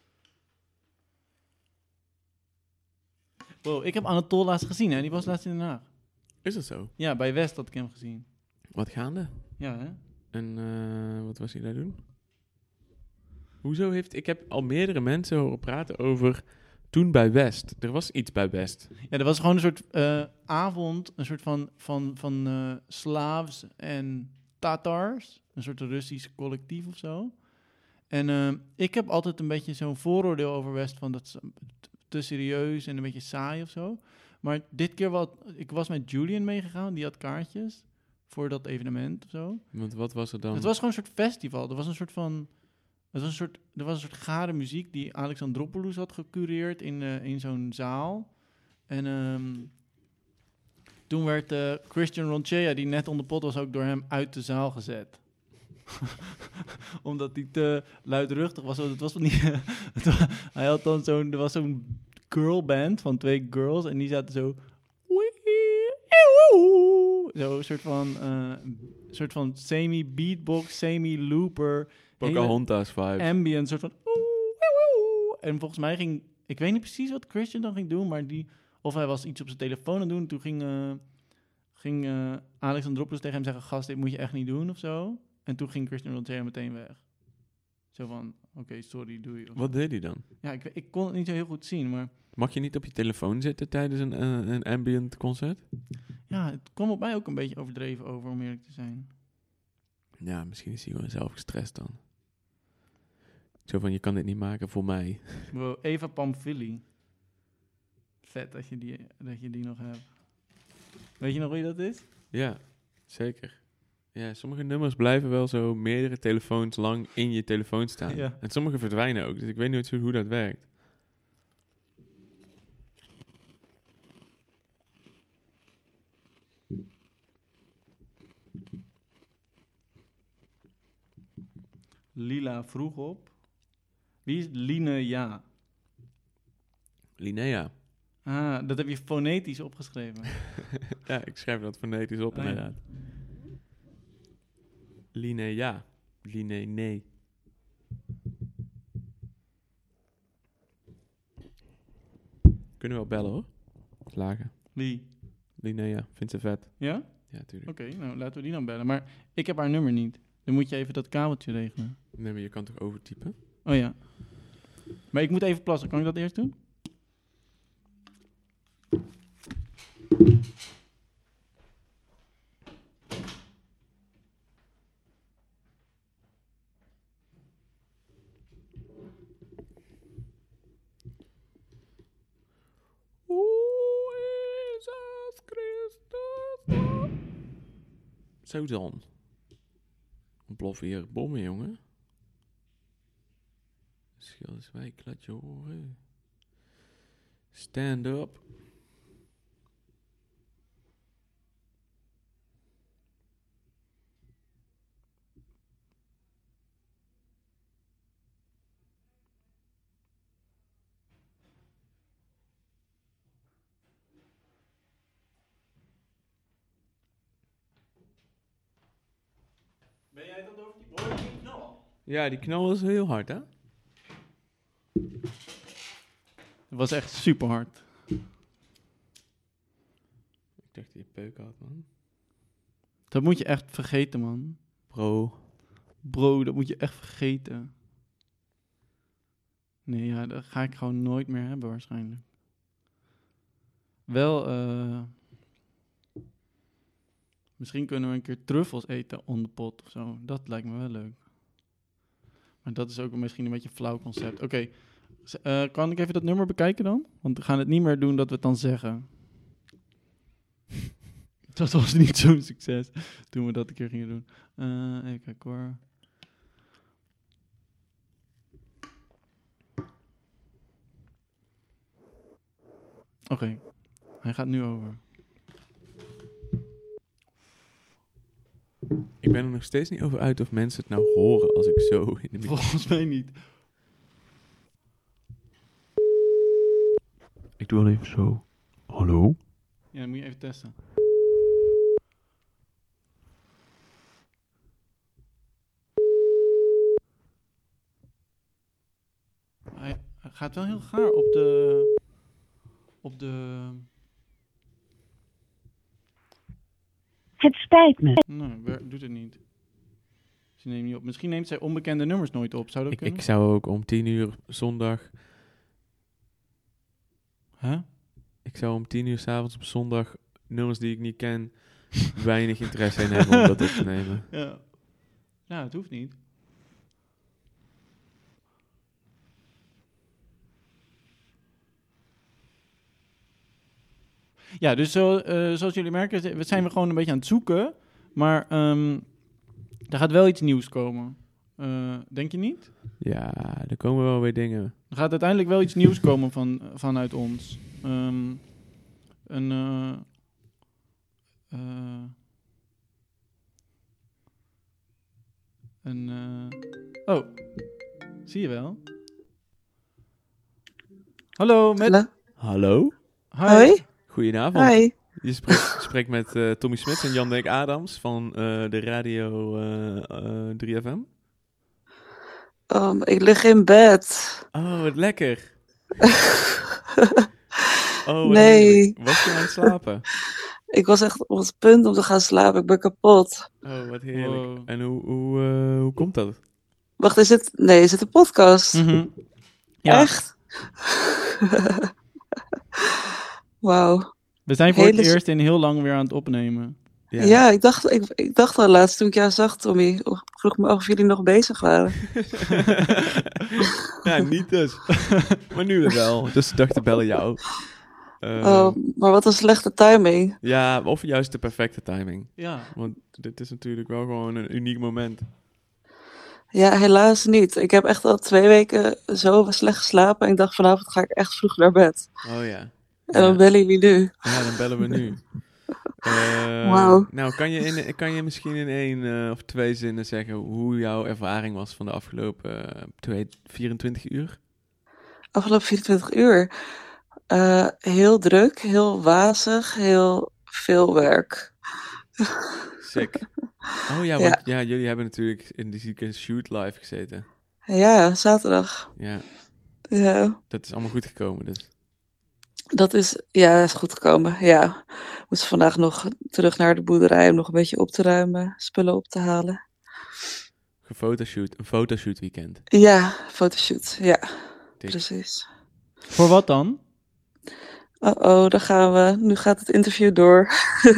Wow, ik heb Anatol laatst gezien, hè? Die was laatst in Den Haag. Is dat zo? Ja, bij West had ik hem gezien. Wat gaande? Ja, hè? En wat was hij daar doen? Hoezo heeft... Ik heb al meerdere mensen horen praten over... Toen bij West. Er was iets bij West. Ja, er was gewoon een soort avond, een soort van Slaafs en Tatars. Een soort Russisch collectief of zo. En ik heb altijd een beetje zo'n vooroordeel over West van dat is te serieus en een beetje saai of zo. Maar dit keer ik was met Julian meegegaan, die had kaartjes voor dat evenement of zo. Want wat was er dan? Het was gewoon een soort festival. Er was een soort gare muziek die Alexandropoulos had gecureerd in zo'n zaal. En toen werd Christian Ronchea, die net onder pot was, ook door hem uit de zaal gezet. Omdat hij te luidruchtig was. Het was van die... hij had dan er was zo'n girlband van 2 girls en die zaten zo... Zo een soort van semi-beatbox, semi-looper... Pocahontas vibe. Ambient, soort van... En volgens mij ik weet niet precies wat Christian dan ging doen, maar of hij was iets op zijn telefoon aan het doen. Toen ging Alexandropoulos tegen hem zeggen... Gast, dit moet je echt niet doen of zo. En toen ging Christian Ronchea meteen weg. Zo van, oké, sorry, doei. Wat deed hij dan? Ja, ik kon het niet zo heel goed zien, maar... Mag je niet op je telefoon zitten tijdens een ambient concert? Ja, het kwam op mij ook een beetje overdreven over, om eerlijk te zijn. Ja, misschien is hij gewoon zelf gestrest dan. Zo van, je kan dit niet maken voor mij. Wow, Eva Pamphili. Vet dat je die nog hebt. Weet je nog wie dat is? Ja, zeker. Ja, sommige nummers blijven wel zo meerdere telefoons lang in je telefoon staan. Ja. En sommige verdwijnen ook, dus ik weet niet zo hoe dat werkt. Lila vroeg op. Wie is Linnea? Linnea. Ah, dat heb je fonetisch opgeschreven. Ja, ik schrijf dat fonetisch op, Oh, ja. inderdaad. Linnea. Nee. Kunnen we wel bellen, hoor. Slagen. Wie? Linnea, vindt ze vet. Ja? Ja, tuurlijk. Oké, nou laten we die dan bellen. Maar ik heb haar nummer niet. Dan moet je even dat kabeltje regelen. Nee, maar je kan toch overtypen? Oh ja. Maar ik moet even plassen. Kan ik dat eerst doen? O Jezus Christus. Zo dan. Ontploffen hier bommen, jongen. Schilderswijk, laat je horen. Stand up. Ben jij dat over die knal? Ja, die knal is heel hard, hè? Het was echt super hard. Ik dacht dat je peuk had, man. Dat moet je echt vergeten, man. Bro, Dat moet je echt vergeten. Nee, ja, dat ga ik gewoon nooit meer hebben waarschijnlijk. Wel, misschien kunnen we een keer truffels eten on the pot of zo. Dat lijkt me wel leuk. Maar dat is ook misschien een beetje een flauw concept. Oké, kan ik even dat nummer bekijken dan? Want we gaan het niet meer doen dat we het dan zeggen. Dat was niet zo'n succes toen we dat een keer gingen doen. Even kijken hoor. Oké, hij gaat nu over. ik ben er nog steeds niet over uit of mensen het nou horen als ik zo in de microfoon... Volgens mij niet. Ik doe wel even zo. Hallo? Ja, dan moet je even testen. Hij gaat wel heel gaar op de... Het spijt me. Nee, doet het niet. Ze neemt niet op. Misschien neemt zij onbekende nummers nooit op. Zou dat kunnen? Ik zou ook om 10:00 zondag... Huh? Ik zou om 10:00 s'avonds op zondag nummers die ik niet ken... weinig interesse in hebben om dat op te nemen. Ja. Ja, het hoeft niet. Ja, dus zoals jullie merken, zijn we gewoon een beetje aan het zoeken. Maar er gaat wel iets nieuws komen. Denk je niet? Ja, er komen wel weer dingen. Er gaat uiteindelijk wel iets nieuws komen vanuit ons. Oh, zie je wel? Hallo, met... Hallo? Hi. Hoi. Goedenavond. Hi. Je spreekt met Tommy Smits en Jan Dirk Adams van de radio 3FM. Ik lig in bed. Oh, wat lekker. Oh, wat Nee. heerlijk. Was je aan het slapen? Ik was echt op het punt om te gaan slapen. Ik ben kapot. Oh, wat heerlijk. Wow. En hoe komt dat? Wacht, is het een podcast? Mhm. Ja, Echt? Wauw. we zijn voor het Hele- eerst in heel lang weer aan het opnemen. Ja, ik dacht al laatst toen ik jou zag, Tommy. Ik vroeg me af of jullie nog bezig waren. Ja, niet dus. Maar nu weer wel. Dus ik dacht te bellen jou. Maar wat een slechte timing. Ja, of juist de perfecte timing. Ja. Want dit is natuurlijk wel gewoon een uniek moment. Ja, helaas niet. Ik heb echt al 2 weken zo slecht geslapen. En ik dacht vanavond ga ik echt vroeg naar bed. Oh ja. En dan bellen jullie nu. Ja, dan bellen we nu. Wauw. Nou, kan je misschien in 1 of 2 zinnen zeggen hoe jouw ervaring was van de afgelopen 24 uur? Afgelopen 24 uur. Heel druk, heel wazig, heel veel werk. Sick. Oh ja, want ja, jullie hebben natuurlijk in die zieke shoot live gezeten. Ja, zaterdag. Ja, Ja, dat is allemaal goed gekomen dus. dat is goed gekomen. Ja, moest vandaag nog terug naar de boerderij om nog een beetje op te ruimen, spullen op te halen. Een fotoshoot weekend. Ja, fotoshoot. Ja, Dik. precies. Voor wat dan? Oh, daar gaan we. Nu gaat het interview door.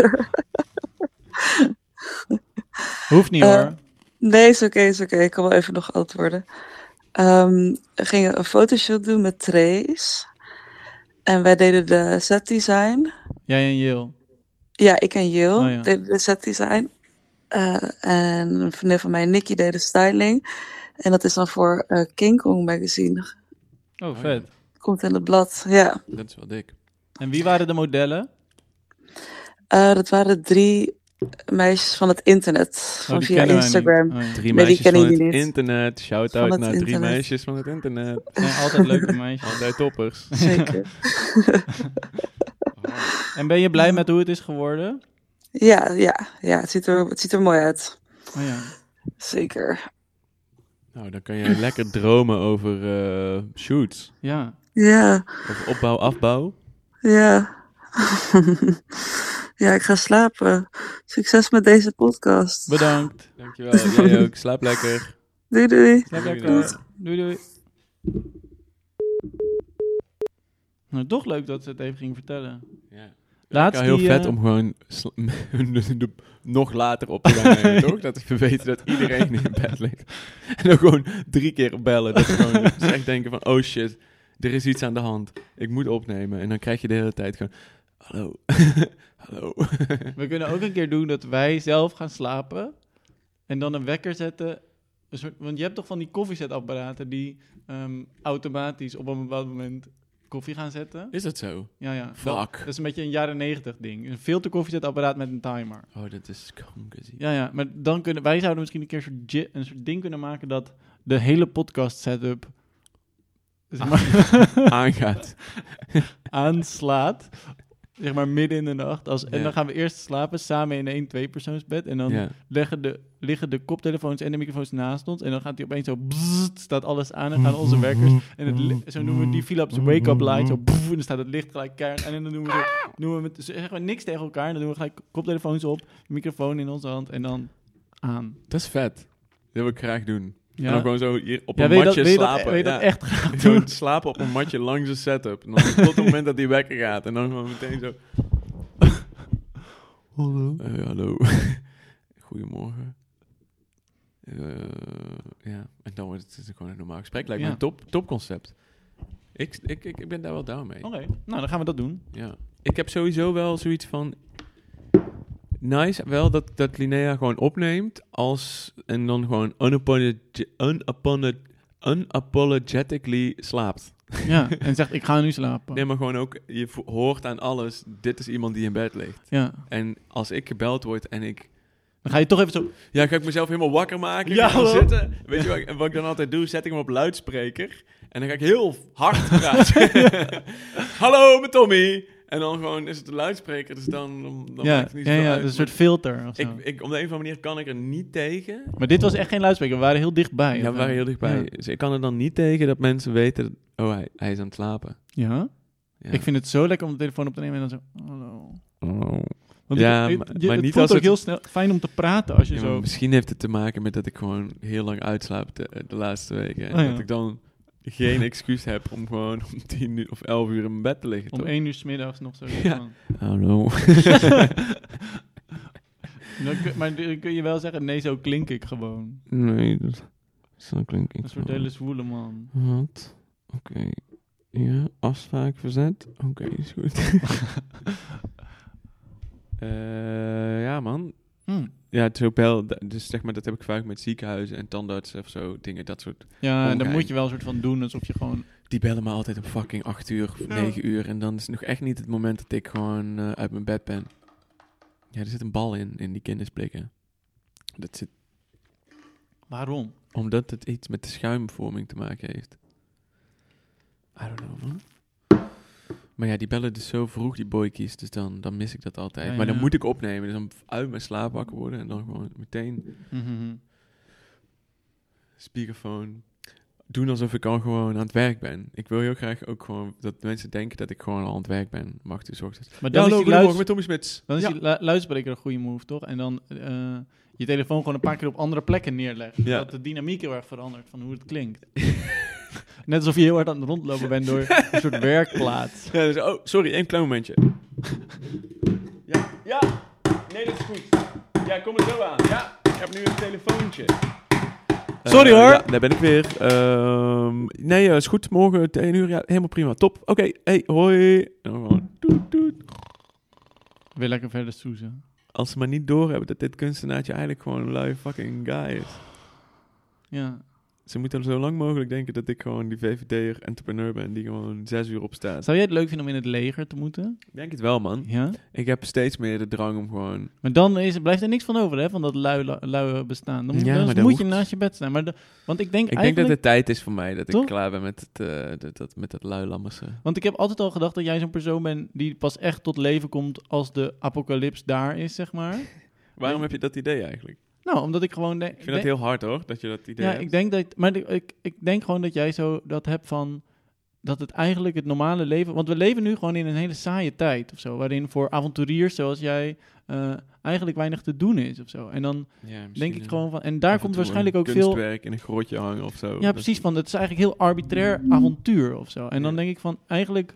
Hoeft niet hoor. Nee, is oké. Ik kan wel even nog antwoorden. We gingen een fotoshoot doen met Trace. En wij deden de setdesign. Jij en Jill. Ja, ik en Jill Oh, ja. deden de setdesign. En een vriendin van mij, Nikki, deed de styling. En dat is dan voor King Kong magazine. Oh, vet. Komt in het blad, ja. Dat is wel dik. En wie waren de modellen? Dat waren 3 meisjes van het internet. Van die via kennen wij Instagram. niet. Oh, ja. 3 die meisjes kennen van het jullie niet. internet. Shout-out Van het naar 3 internet. meisjes van het internet. Nee, altijd leuke meisjes. Altijd toppers. Zeker. En ben je blij met hoe het is geworden? Ja, het ziet er mooi uit. Oh ja. Zeker. Nou, dan kan je lekker dromen over shoots. Ja. Ja, Over opbouw, afbouw. ja. Ja, ik ga slapen. Succes met deze podcast. Bedankt. Dankjewel. Jij ook. Slaap lekker. Doei doei. Slaap Doei, lekker. Doei doei. Nou, toch leuk dat ze het even ging vertellen. Ja. Laatst heel die, vet om gewoon nog later op te gaan nemen, toch? Dat we weten dat iedereen in bed ligt. En dan gewoon 3 keer bellen. Dat we gewoon echt denken van, oh shit, er is iets aan de hand. Ik moet opnemen. En dan krijg je de hele tijd gewoon, hallo, hallo. We kunnen ook een keer doen dat wij zelf gaan slapen en dan een wekker zetten. Want je hebt toch van die koffiezetapparaten die automatisch op een bepaald moment koffie gaan zetten. Is dat zo? Ja. Fuck. Dat is een beetje een jaren 90 ding. Een filterkoffiezetapparaat met een timer. Oh, dat is kankerziek. Ja, maar dan wij zouden misschien een keer een soort ding kunnen maken dat de hele podcast setup zeg maar, Aangaat. aanslaat. Zeg maar midden in de nacht. En Ja. dan gaan we eerst slapen samen in een 2-persoonsbed. En dan Ja. liggen de koptelefoons en de microfoons naast ons. En dan gaat die opeens zo... bzzzt, staat alles aan en gaan onze wekkers. En zo noemen we die Philips wake-up light. Zo, en dan staat het licht gelijk keihard. En dan doen we zeggen we niks tegen elkaar. En dan doen we gelijk koptelefoons op. Microfoon in onze hand. En dan aan. Dat is vet. Dat wil ik graag doen. Ja. En dan gewoon zo hier op Ja, een weet je matje dat- slapen. weet je dat echt graag doen? Gewoon slapen op een matje langs de setup. En dan tot het moment dat die wekker gaat. En dan gewoon meteen zo... Hallo. Hallo. Goedemorgen. Ja, en dan wordt het gewoon een normaal gesprek. Lijkt me Ja. een top concept. Ik ben daar wel down mee. Oké, nou dan gaan we dat doen. Ja. Ik heb sowieso wel zoiets van... Nice, wel dat Linnea gewoon opneemt en dan gewoon unapologetically slaapt. Ja, en zegt ik ga nu slapen. Nee, maar gewoon ook, je hoort aan alles, dit is iemand die in bed ligt. Ja. En als ik gebeld word en Dan ga je toch even zo... Ja, ga ik mezelf helemaal wakker maken. Ja, Ik ga hoor. zitten. Weet je wat ik dan altijd doe? Zet ik hem op luidspreker. En dan ga ik heel hard praten. Hallo, met Tommy. En dan gewoon is het een luidspreker. Dus dan maakt het niet zo uit. dat is een soort filter. Of zo. Op de een of andere manier kan ik er niet tegen. Maar dit was echt geen luidspreker. We waren heel dichtbij. Ja, we waren heel dichtbij. Ja. Dus ik kan er dan niet tegen dat mensen weten... Oh, hij is aan het slapen. Ja? Ja. Ik vind het zo lekker om de telefoon op te nemen en dan zo... Hallo. Oh. Want Ja, het maar het niet voelt als ook het- heel snel fijn om te praten als je Ja, maar zo... misschien heeft het te maken met dat ik gewoon heel lang uitslaap de laatste weken. En Oh, ja. dat ik dan geen excuus heb om gewoon om 10 uur of 11 uur in mijn bed te liggen. Om toch? 1 uur 's middags nog zo. Ja. Hallo. Maar dan kun je wel zeggen, nee, zo klink ik gewoon. Nee, zo klink ik Een soort gewoon. hele zwoele man. Wat? Oké. Ja, afspraak verzet. Oké, is goed. Ja, man. Ja, zo dus zeg maar, dat heb ik vaak met ziekenhuizen en tandartsen of zo, dingen, dat soort. Ja, en dan ongein. moet je wel een soort van doen alsof je gewoon... Die bellen me altijd om fucking 8 uur of 9 uur en dan is het nog echt niet het moment dat ik gewoon uit mijn bed ben. Ja, er zit een bal in die kindersblikken. Dat zit... Waarom? Omdat het iets met de schuimvorming te maken heeft. I don't know, man. Maar ja, die bellen dus zo vroeg, die boykies, dus dan mis ik dat altijd. Ja, Maar dan ja. moet ik opnemen, dus dan uit mijn slaap wakker worden en dan gewoon meteen Mhm. speakerphone doen alsof ik al gewoon aan het werk ben. Ik wil heel graag ook gewoon dat mensen denken dat ik gewoon al aan het werk ben. Mag dus ochtends. Maar Ja, dan is hallo, die goedemorgen met Tommy Smits. Dan is Ja. die luidspreker een goede move, toch? En dan je telefoon gewoon een paar keer op andere plekken neerleggen. Ja. Zodat de dynamiek heel erg verandert van hoe het klinkt. Net alsof je heel hard aan het rondlopen bent door een soort werkplaats. Ja, dus, oh, sorry, één klein momentje. Ja, nee, dat is goed. Ja, kom er zo aan. Ja, ik heb nu een telefoontje. Sorry, hoor. Ja, daar ben ik weer. Nee, is goed. Morgen 1 uur. Ja, helemaal prima. Top. Oké, hey, hoi. En dan gewoon doet, doet. Weer lekker verder soezen. Als ze maar niet doorhebben dat dit kunstenaartje eigenlijk gewoon een lui fucking guy is. Ja. Ze moeten zo lang mogelijk denken dat ik gewoon die VVD'er entrepreneur ben die gewoon 6 uur opstaat. Zou jij het leuk vinden om in het leger te moeten? Ik denk het wel, man. Ja? Ik heb steeds meer de drang om gewoon... Maar dan blijft er niks van over, hè? Van dat luie bestaan. Dan, Ja, dan maar dat moet je hoeft. naast je bed staan. Maar want ik denk Ik denk eigenlijk... dat het tijd is voor mij dat Toch? ik klaar ben met met dat lui lammersen. Want ik heb altijd al gedacht dat jij zo'n persoon bent die pas echt tot leven komt als de apocalyps daar is, zeg maar. Waarom heb je dat idee eigenlijk? Nou, omdat ik gewoon... Ik vind dat heel hard, hoor, dat je dat idee Ja, hebt. ik denk dat... Maar ik denk gewoon dat jij zo dat hebt van... Dat het eigenlijk het normale leven... Want we leven nu gewoon in een hele saaie tijd of zo. Waarin voor avonturiers zoals jij eigenlijk weinig te doen is of zo. En dan Ja, misschien denk ik gewoon van... En daar af en komt toe waarschijnlijk een ook veel... kunstwerk in een grotje hangen of zo. Ja, precies. Van, het is eigenlijk heel arbitrair avontuur of zo. En dan denk ik van... Eigenlijk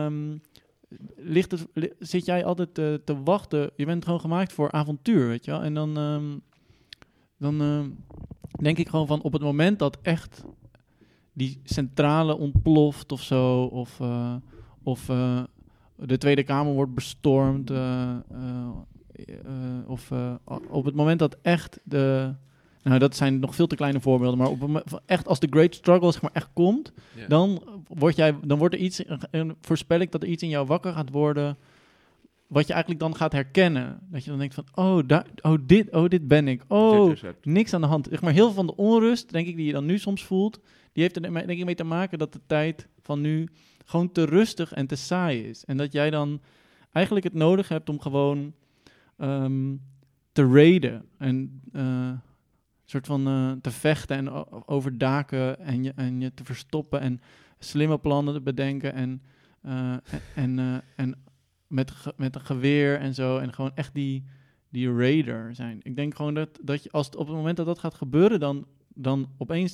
zit jij altijd te wachten. Je bent gewoon gemaakt voor avontuur, weet je wel. En dan denk ik gewoon van... Op het moment dat echt... die centrale ontploft of zo, of de Tweede Kamer wordt bestormd, of op het moment dat echt nou, dat zijn nog veel te kleine voorbeelden, maar op het moment, echt als de Great Struggle zeg maar echt komt, Ja. dan wordt er iets, en voorspel ik dat er iets in jou wakker gaat worden, wat je eigenlijk dan gaat herkennen. Dat je dan denkt van, dit ben ik. Oh, Dit is het. niks aan de hand. Zeg maar, heel veel van de onrust, denk ik, die je dan nu soms voelt, die heeft er denk ik mee te maken dat de tijd van nu gewoon te rustig en te saai is. En dat jij dan eigenlijk het nodig hebt om gewoon te raiden en soort van te vechten en over daken en je te verstoppen en slimme plannen te bedenken en met een geweer en zo en gewoon echt die raider zijn. Ik denk gewoon dat je als op het moment dat dat gaat gebeuren, dan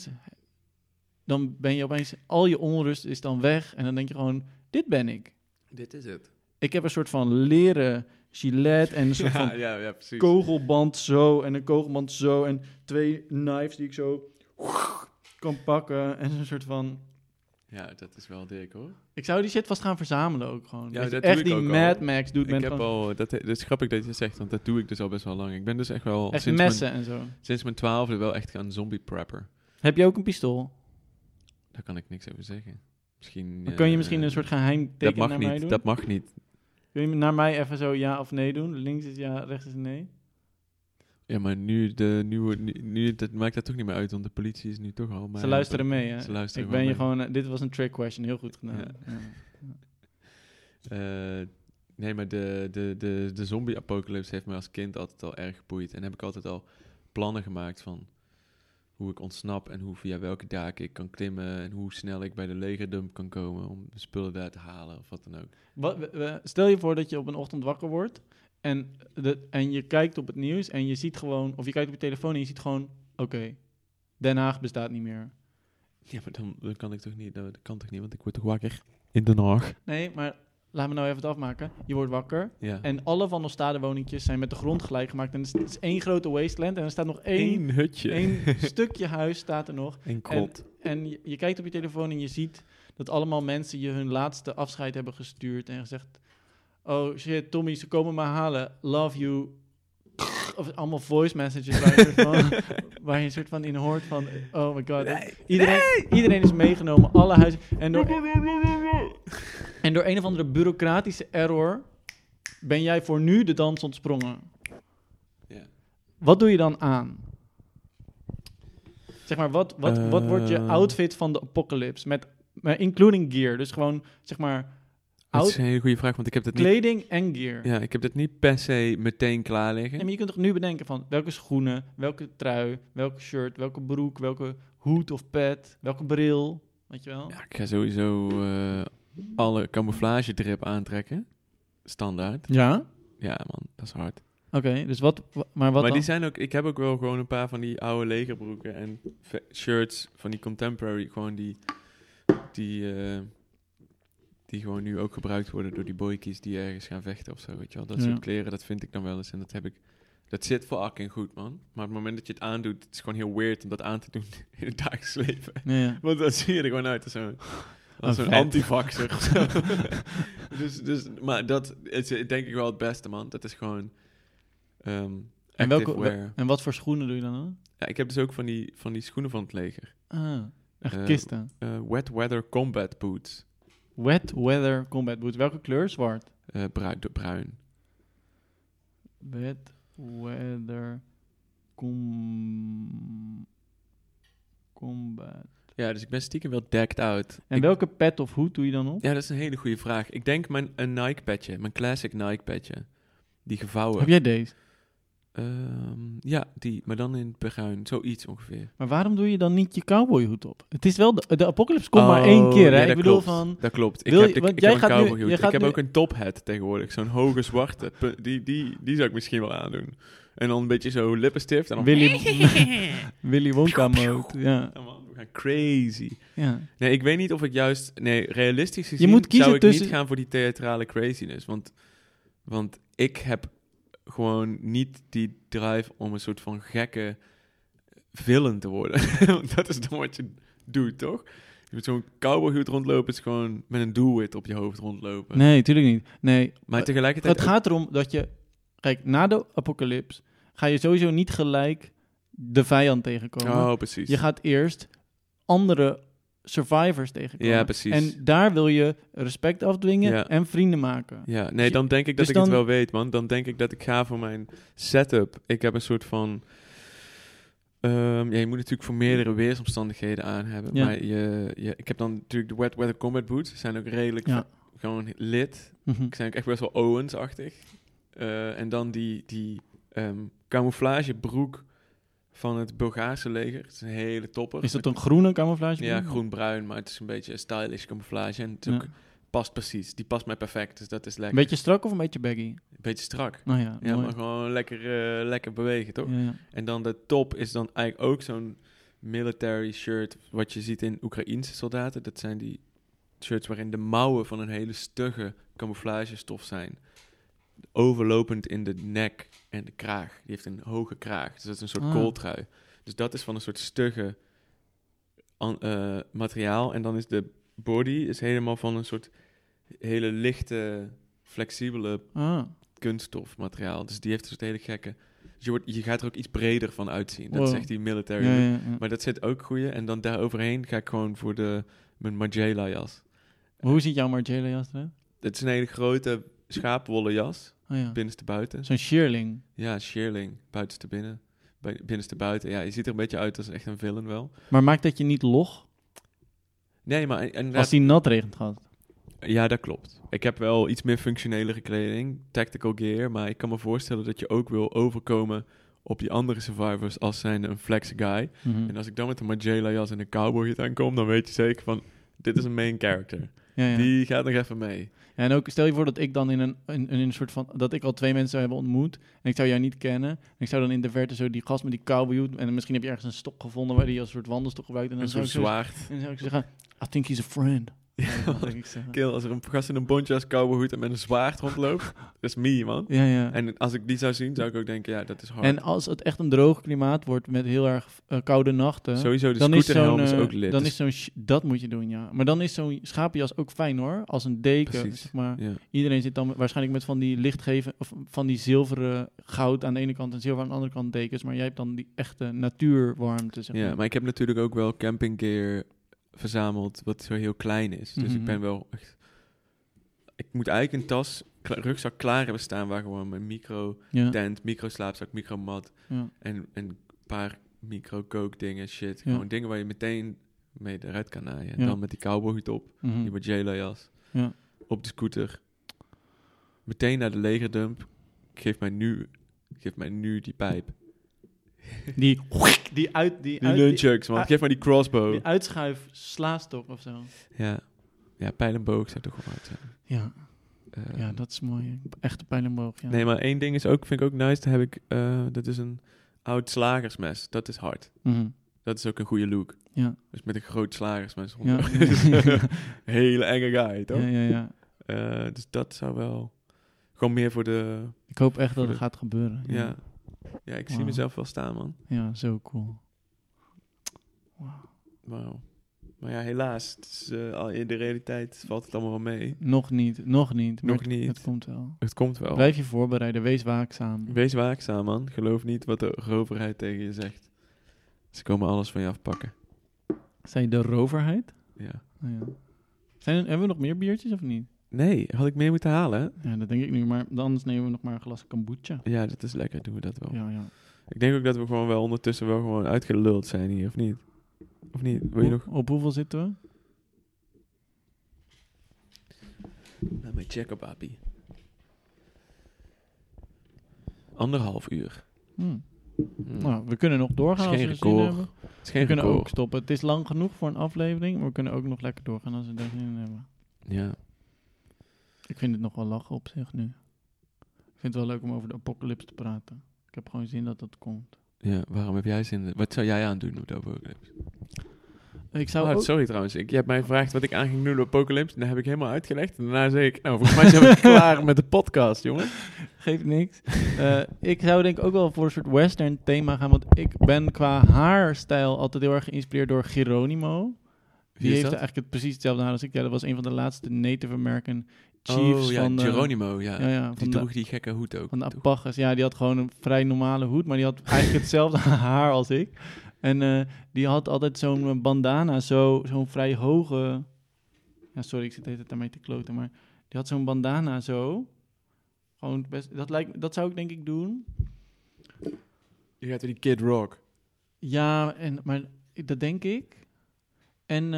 ben je opeens, al je onrust is dan weg en dan denk je gewoon, dit ben ik. Dit is het. Ik heb een soort van leren gilet en een soort van Ja, precies. kogelband zo en een kogelband zo en 2 knives die ik zo kan pakken en een soort van... Ja, dat is wel dik, hoor. Ik zou die shit vast gaan verzamelen ook gewoon. Ja, Dat je dat doe echt ik die ook Mad al. Max doet. Ik heb al... Dat is grappig dat je het zegt, want dat doe ik dus al best wel lang. Ik ben dus echt wel... Echt sinds messen en zo. Sinds mijn 12e wel echt gaan zombie prepper. Heb je ook een pistool? Daar kan ik niks over zeggen. Misschien... Dan kun je misschien een soort geheim teken naar mij doen? Dat mag niet. Kun je naar mij even zo ja of nee doen? Links is ja, rechts is nee. Ja, maar nu dat maakt dat toch niet meer uit, want de politie is nu toch al... Ze luisteren mee, hè? Ze luisteren Ik ben je wel mee. gewoon... dit was een trick question, heel goed gedaan. Ja. Ja. Nee, maar de zombie-apocalypse heeft me als kind altijd al erg geboeid. En heb ik altijd al plannen gemaakt van hoe ik ontsnap en hoe via welke daken ik kan klimmen en hoe snel ik bij de legerdump kan komen om spullen daar te halen of wat dan ook. Stel je voor dat je op een ochtend wakker wordt en je kijkt op het nieuws en je ziet gewoon... Of je kijkt op je telefoon en je ziet gewoon... Oké, Den Haag bestaat niet meer. Ja, maar dan kan ik toch niet, dat kan toch niet, want ik word toch wakker in Den Haag. Nee, maar laat me nou even het afmaken. Je wordt wakker Ja. en alle Van der Stade-woningjes zijn met de grond gelijk gemaakt. En het is één grote wasteland en er staat nog Eén hutje. één stukje huis staat er nog. Eén krot. En je kijkt op je telefoon en je ziet dat allemaal mensen je hun laatste afscheid hebben gestuurd en gezegd... Oh shit, Tommy, ze komen me halen. Love you. Of allemaal voice messages waar je een soort van in hoort van... Oh my god. Iedereen is meegenomen. Alle huizen. En door een of andere bureaucratische error ben jij voor nu de dans ontsprongen. Ja. Wat doe je dan aan? Zeg maar, wat wordt je outfit van de apocalypse? Met including gear. Dus gewoon, zeg maar... Dat is een hele goede vraag, want ik heb dat Kleding en gear. Ja, ik heb dat niet per se meteen klaar liggen. Ja, maar je kunt toch nu bedenken van welke schoenen, welke trui, welke shirt, welke broek, welke hoed of pet, welke bril, weet je wel? Ja, ik ga sowieso alle camouflage drip aantrekken. Standaard. Ja? Ja, man, dat is hard. Oké, dus wat maar Maar dan? die zijn ook, ik heb ook wel gewoon een paar van die oude legerbroeken en shirts van die contemporary, gewoon die gewoon nu ook gebruikt worden door die boykies die ergens gaan vechten of zo, weet je wel. Dat soort kleren, dat vind ik dan wel eens en dat zit fucking goed, man. Maar op het moment dat je het aandoet, het is gewoon heel weird om dat aan te doen in het dagelijks leven. Ja. Want dan zie je er gewoon uit als zo'n antivaxer. dus, maar dat is denk ik wel het beste, man. Dat is gewoon en wat voor schoenen doe je dan? Hè? Ja, ik heb dus ook van die schoenen van het leger. Echt kisten. Wet Weather Combat Boots. Wet Weather Combat Boots. Welke kleur? Zwart? Bruin. Wet Weather Combat. Ja, dus ik ben stiekem wel decked out. En welke pet of hoed doe je dan op? Ja, dat is een hele goede vraag. Ik denk een Nike-petje. Mijn classic Nike-petje. Die gevouwen. Heb jij deze? Ja, die, maar dan in het bruin. Zoiets ongeveer. Maar waarom doe je dan niet je cowboyhoed op? Het is wel... De apocalypse komt maar 1 keer, hè? Ja, Ik dat bedoel klopt. van... Dat klopt. Ik Wil heb, je- de, want ik jij heb een gaat nu- cowboyhoed. je Ik gaat heb nu- ook een tophat tegenwoordig. Zo'n hoge zwarte. Die zou ik misschien wel aandoen. En dan een beetje zo lippenstift. En dan... Willy Wonka mode, ja. Ja, man, we gaan crazy. Ja. Nee, ik weet niet of ik juist... Nee, realistisch gezien moet kiezen zou ik tussen- niet gaan voor die theatrale craziness. Want ik heb gewoon niet die drive om een soort van gekke villain te worden. Want dat is dan wat je doet, toch? Je moet zo'n cowboyhoed rondlopen, is gewoon met een doelwit op je hoofd rondlopen. Nee, tuurlijk niet. Nee. Maar tegelijkertijd... Het gaat erom dat je... Kijk, na de apocalypse ga je sowieso niet gelijk de vijand tegenkomen. Oh, precies. Je gaat eerst andere survivors tegenkomen. Ja, precies. En daar wil je respect afdwingen Ja. en vrienden maken. Ja, nee, dan denk ik dat Dus ik het dan- wel weet, man. Dan denk ik dat ik ga voor mijn setup. Ik heb een soort van... ja, je moet natuurlijk voor meerdere weersomstandigheden aan hebben. Ja. Maar ik heb dan natuurlijk de Wet Weather Combat Boots. Die zijn ook redelijk Ja. gewoon lid. Mhm. Ik zijn ook echt best wel Owens-achtig. En dan die camouflagebroek van het Bulgaarse leger. Het is een hele topper. Is dat een groene camouflage? Ja, groen-bruin, maar het is een beetje stylish camouflage. En het is Ja. ook, past precies. Die past mij perfect, dus dat is Een lekker. beetje strak of een beetje baggy? Een beetje strak. Nou ja, Ja, mooi. maar gewoon lekker bewegen, toch? Ja, ja. En dan de top is dan eigenlijk ook zo'n military shirt wat je ziet in Oekraïense soldaten. Dat zijn die shirts waarin de mouwen van een hele stugge camouflagestof zijn. Overlopend in de nek en de kraag. Die heeft een hoge kraag, dus dat is een soort kooltrui. Dus dat is van een soort stugge materiaal. En dan is de body is helemaal van een soort hele lichte, flexibele kunststofmateriaal. Dus die heeft een soort hele gekke... Dus je gaat er ook iets breder van uitzien. Dat is echt die military Ja, look. ja, ja. Maar dat zit ook goeie. En dan daaroverheen ga ik gewoon voor mijn Margiela jas. Hoe ziet jouw Margiela jas eruit? Het is een hele grote schaapwollen jas. Oh ja. Binnenste buiten. Zo'n shearling. Ja, shearling. Buitenste binnen. Binnenste buiten. Ja, je ziet er een beetje uit als echt een villain wel. Maar maakt dat je niet log? Nee, maar... En Als die nat regent gaat. Ja, dat klopt. Ik heb wel iets meer functionelere kleding, tactical gear, maar ik kan me voorstellen dat je ook wil overkomen op die andere survivors als zijn een flex guy. Mhm. En als ik dan met een Margiela jas en een cowboyhoed aankom, dan weet je zeker van, dit is een main character. Ja, ja. Die gaat nog even mee. Ja, en ook stel je voor dat ik dan in een soort van... Dat ik al 2 mensen zou hebben ontmoet en ik zou jou niet kennen. En ik zou dan in de verte zo die gast met die cowboyhoed... En misschien heb je ergens een stok gevonden waar die als soort wandelstok gebruikt. En dan Een zou soort ik zo- zwaard. En dan zou ik zeggen, I think he's a friend. Ja, Dat denk ik zeggen. kill, als er een gast in een bontjas, cowboyhoed en met een zwaard rondloopt, dat is me, man. Ja, ja. En als ik die zou zien, zou ik ook denken, ja, dat is hard. En als het echt een droog klimaat wordt met heel erg koude nachten... Sowieso, de dan is scooterhelm zo'n, is ook lid. Dan Dus- is dat moet je doen, ja. Maar dan is zo'n schapenjas ook fijn, hoor. Als een deken, Precies, zeg maar. ja. Iedereen zit dan waarschijnlijk met van die lichtgeven... of van die zilveren goud aan de ene kant... en zilver aan de andere kant dekens. Maar jij hebt dan die echte natuurwarmte, zeg maar. Ja, maar ik heb natuurlijk ook wel campinggear verzameld wat zo heel klein is. Dus Mhm. ik ben wel echt... Ik moet eigenlijk een tas, rugzak klaar hebben staan waar gewoon mijn micro-tent, micro-slaapzak, micro-mat Ja. en een paar micro-kookdingen, shit. Ja. Gewoon dingen waar je meteen mee eruit kan naaien. En Ja. dan met die cowboyhoed op, Mhm. die Margiela jas, Ja. op de scooter. Meteen naar de legerdump. Geef mij nu die pijp. Die Die nunchucks, man. Geef mij die crossbow. Die uitschuif slaastok of zo. Ja. Ja, pijl en boog zou toch wel uit zijn. Ja. Ja, dat is mooi. Echte pijl en boog, ja. Nee, maar één ding is ook, vind ik ook nice. Daar heb ik, dat is een oud slagersmes. Dat is hard. Mhm. Dat is ook een goede look. Ja. Dus met een groot slagersmes. Ja. Hele enge guy, toch? Ja, ja, dus dat zou wel... Gewoon meer voor de... Ik hoop echt dat voor het gaat gebeuren. Ja. Ja, ik zie Wauw. mezelf wel staan, man. Ja, zo cool. Wauw. Maar ja, helaas. Het is, al in de realiteit valt het allemaal wel mee. Nog niet. Nog Maar niet. Het komt wel. Het komt wel. Blijf je voorbereiden. Wees waakzaam. Wees waakzaam, man. Geloof niet wat de overheid tegen je zegt. Ze komen alles van je afpakken. Zei je de roverheid? Ja. Oh, ja. Hebben we nog meer biertjes of niet? Nee, had ik meer moeten halen, hè? Ja, dat denk ik nu. Maar anders nemen we nog maar een glas kombucha. Ja, dat is lekker. Doen we dat wel. Ja, ja. Ik denk ook dat we gewoon wel ondertussen wel gewoon uitgeluld zijn hier, of niet? Of niet? Wil je nog... Op hoeveel zitten we? Laat mij checken, papi. 1,5 uur. Nou, we kunnen nog doorgaan Het als is we geen zin record. hebben. Het is geen We kunnen record. ook stoppen. Het is lang genoeg voor een aflevering, maar we kunnen ook nog lekker doorgaan als we er zin in hebben. Ja. Ik vind het nog wel lachen op zich nu. Ik vind het wel leuk om over de apocalypse te praten. Ik heb gewoon zin dat dat komt. Ja, waarom heb jij zin in? Wat zou jij aandoen op de Apocalypse? Ik zou ook... Sorry trouwens, je hebt mij gevraagd wat ik aan ging doen op de Apocalypse. En dat heb ik helemaal uitgelegd. En daarna zei ik, nou, volgens mij zijn we klaar met de podcast, jongen. Geeft niks. Ik zou denk ik ook wel voor een soort western thema gaan. Want ik ben qua haarstijl altijd heel erg geïnspireerd door Geronimo. Die is heeft dat? eigenlijk precies hetzelfde haar als ik. Ja, dat was een van de laatste Native American chiefs Oh ja, van... Geronimo, ja. ja, Die droeg die gekke hoed ook. Van de Apaches. Ja, die had gewoon een vrij normale hoed. Maar die had eigenlijk hetzelfde haar als ik. En die had altijd zo'n bandana. Zo'n vrij hoge... Ja, sorry, ik zit de hele tijd daarmee te kloten. Maar die had zo'n bandana zo... Gewoon best, dat zou ik denk ik doen. Je gaat weer die Kid Rock. Ja, maar dat denk ik. En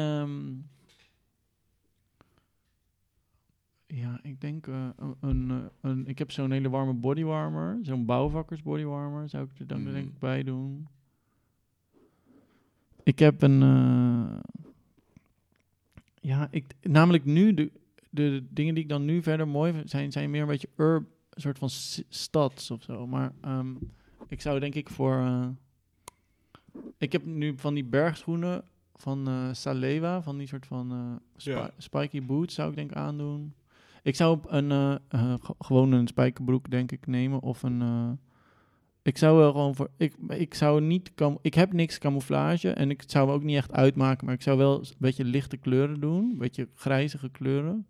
ja, ik denk ik heb zo'n hele warme bodywarmer. Zo'n bouwvakkers bodywarmer zou ik er dan denk ik bij doen. Ik heb een... namelijk nu de dingen die ik dan nu verder mooi vind, zijn meer een beetje een soort van stads of zo. Maar ik zou denk ik voor... ik heb nu van die bergschoenen van Salewa, van die soort van spiky boots zou ik denk aandoen. Ik zou gewoon een spijkerbroek denk ik nemen of een... ik zou wel gewoon voor... Ik zou niet... Ik heb niks camouflage en ik zou me ook niet echt uitmaken, maar ik zou wel een beetje lichte kleuren doen. Een beetje grijzige kleuren.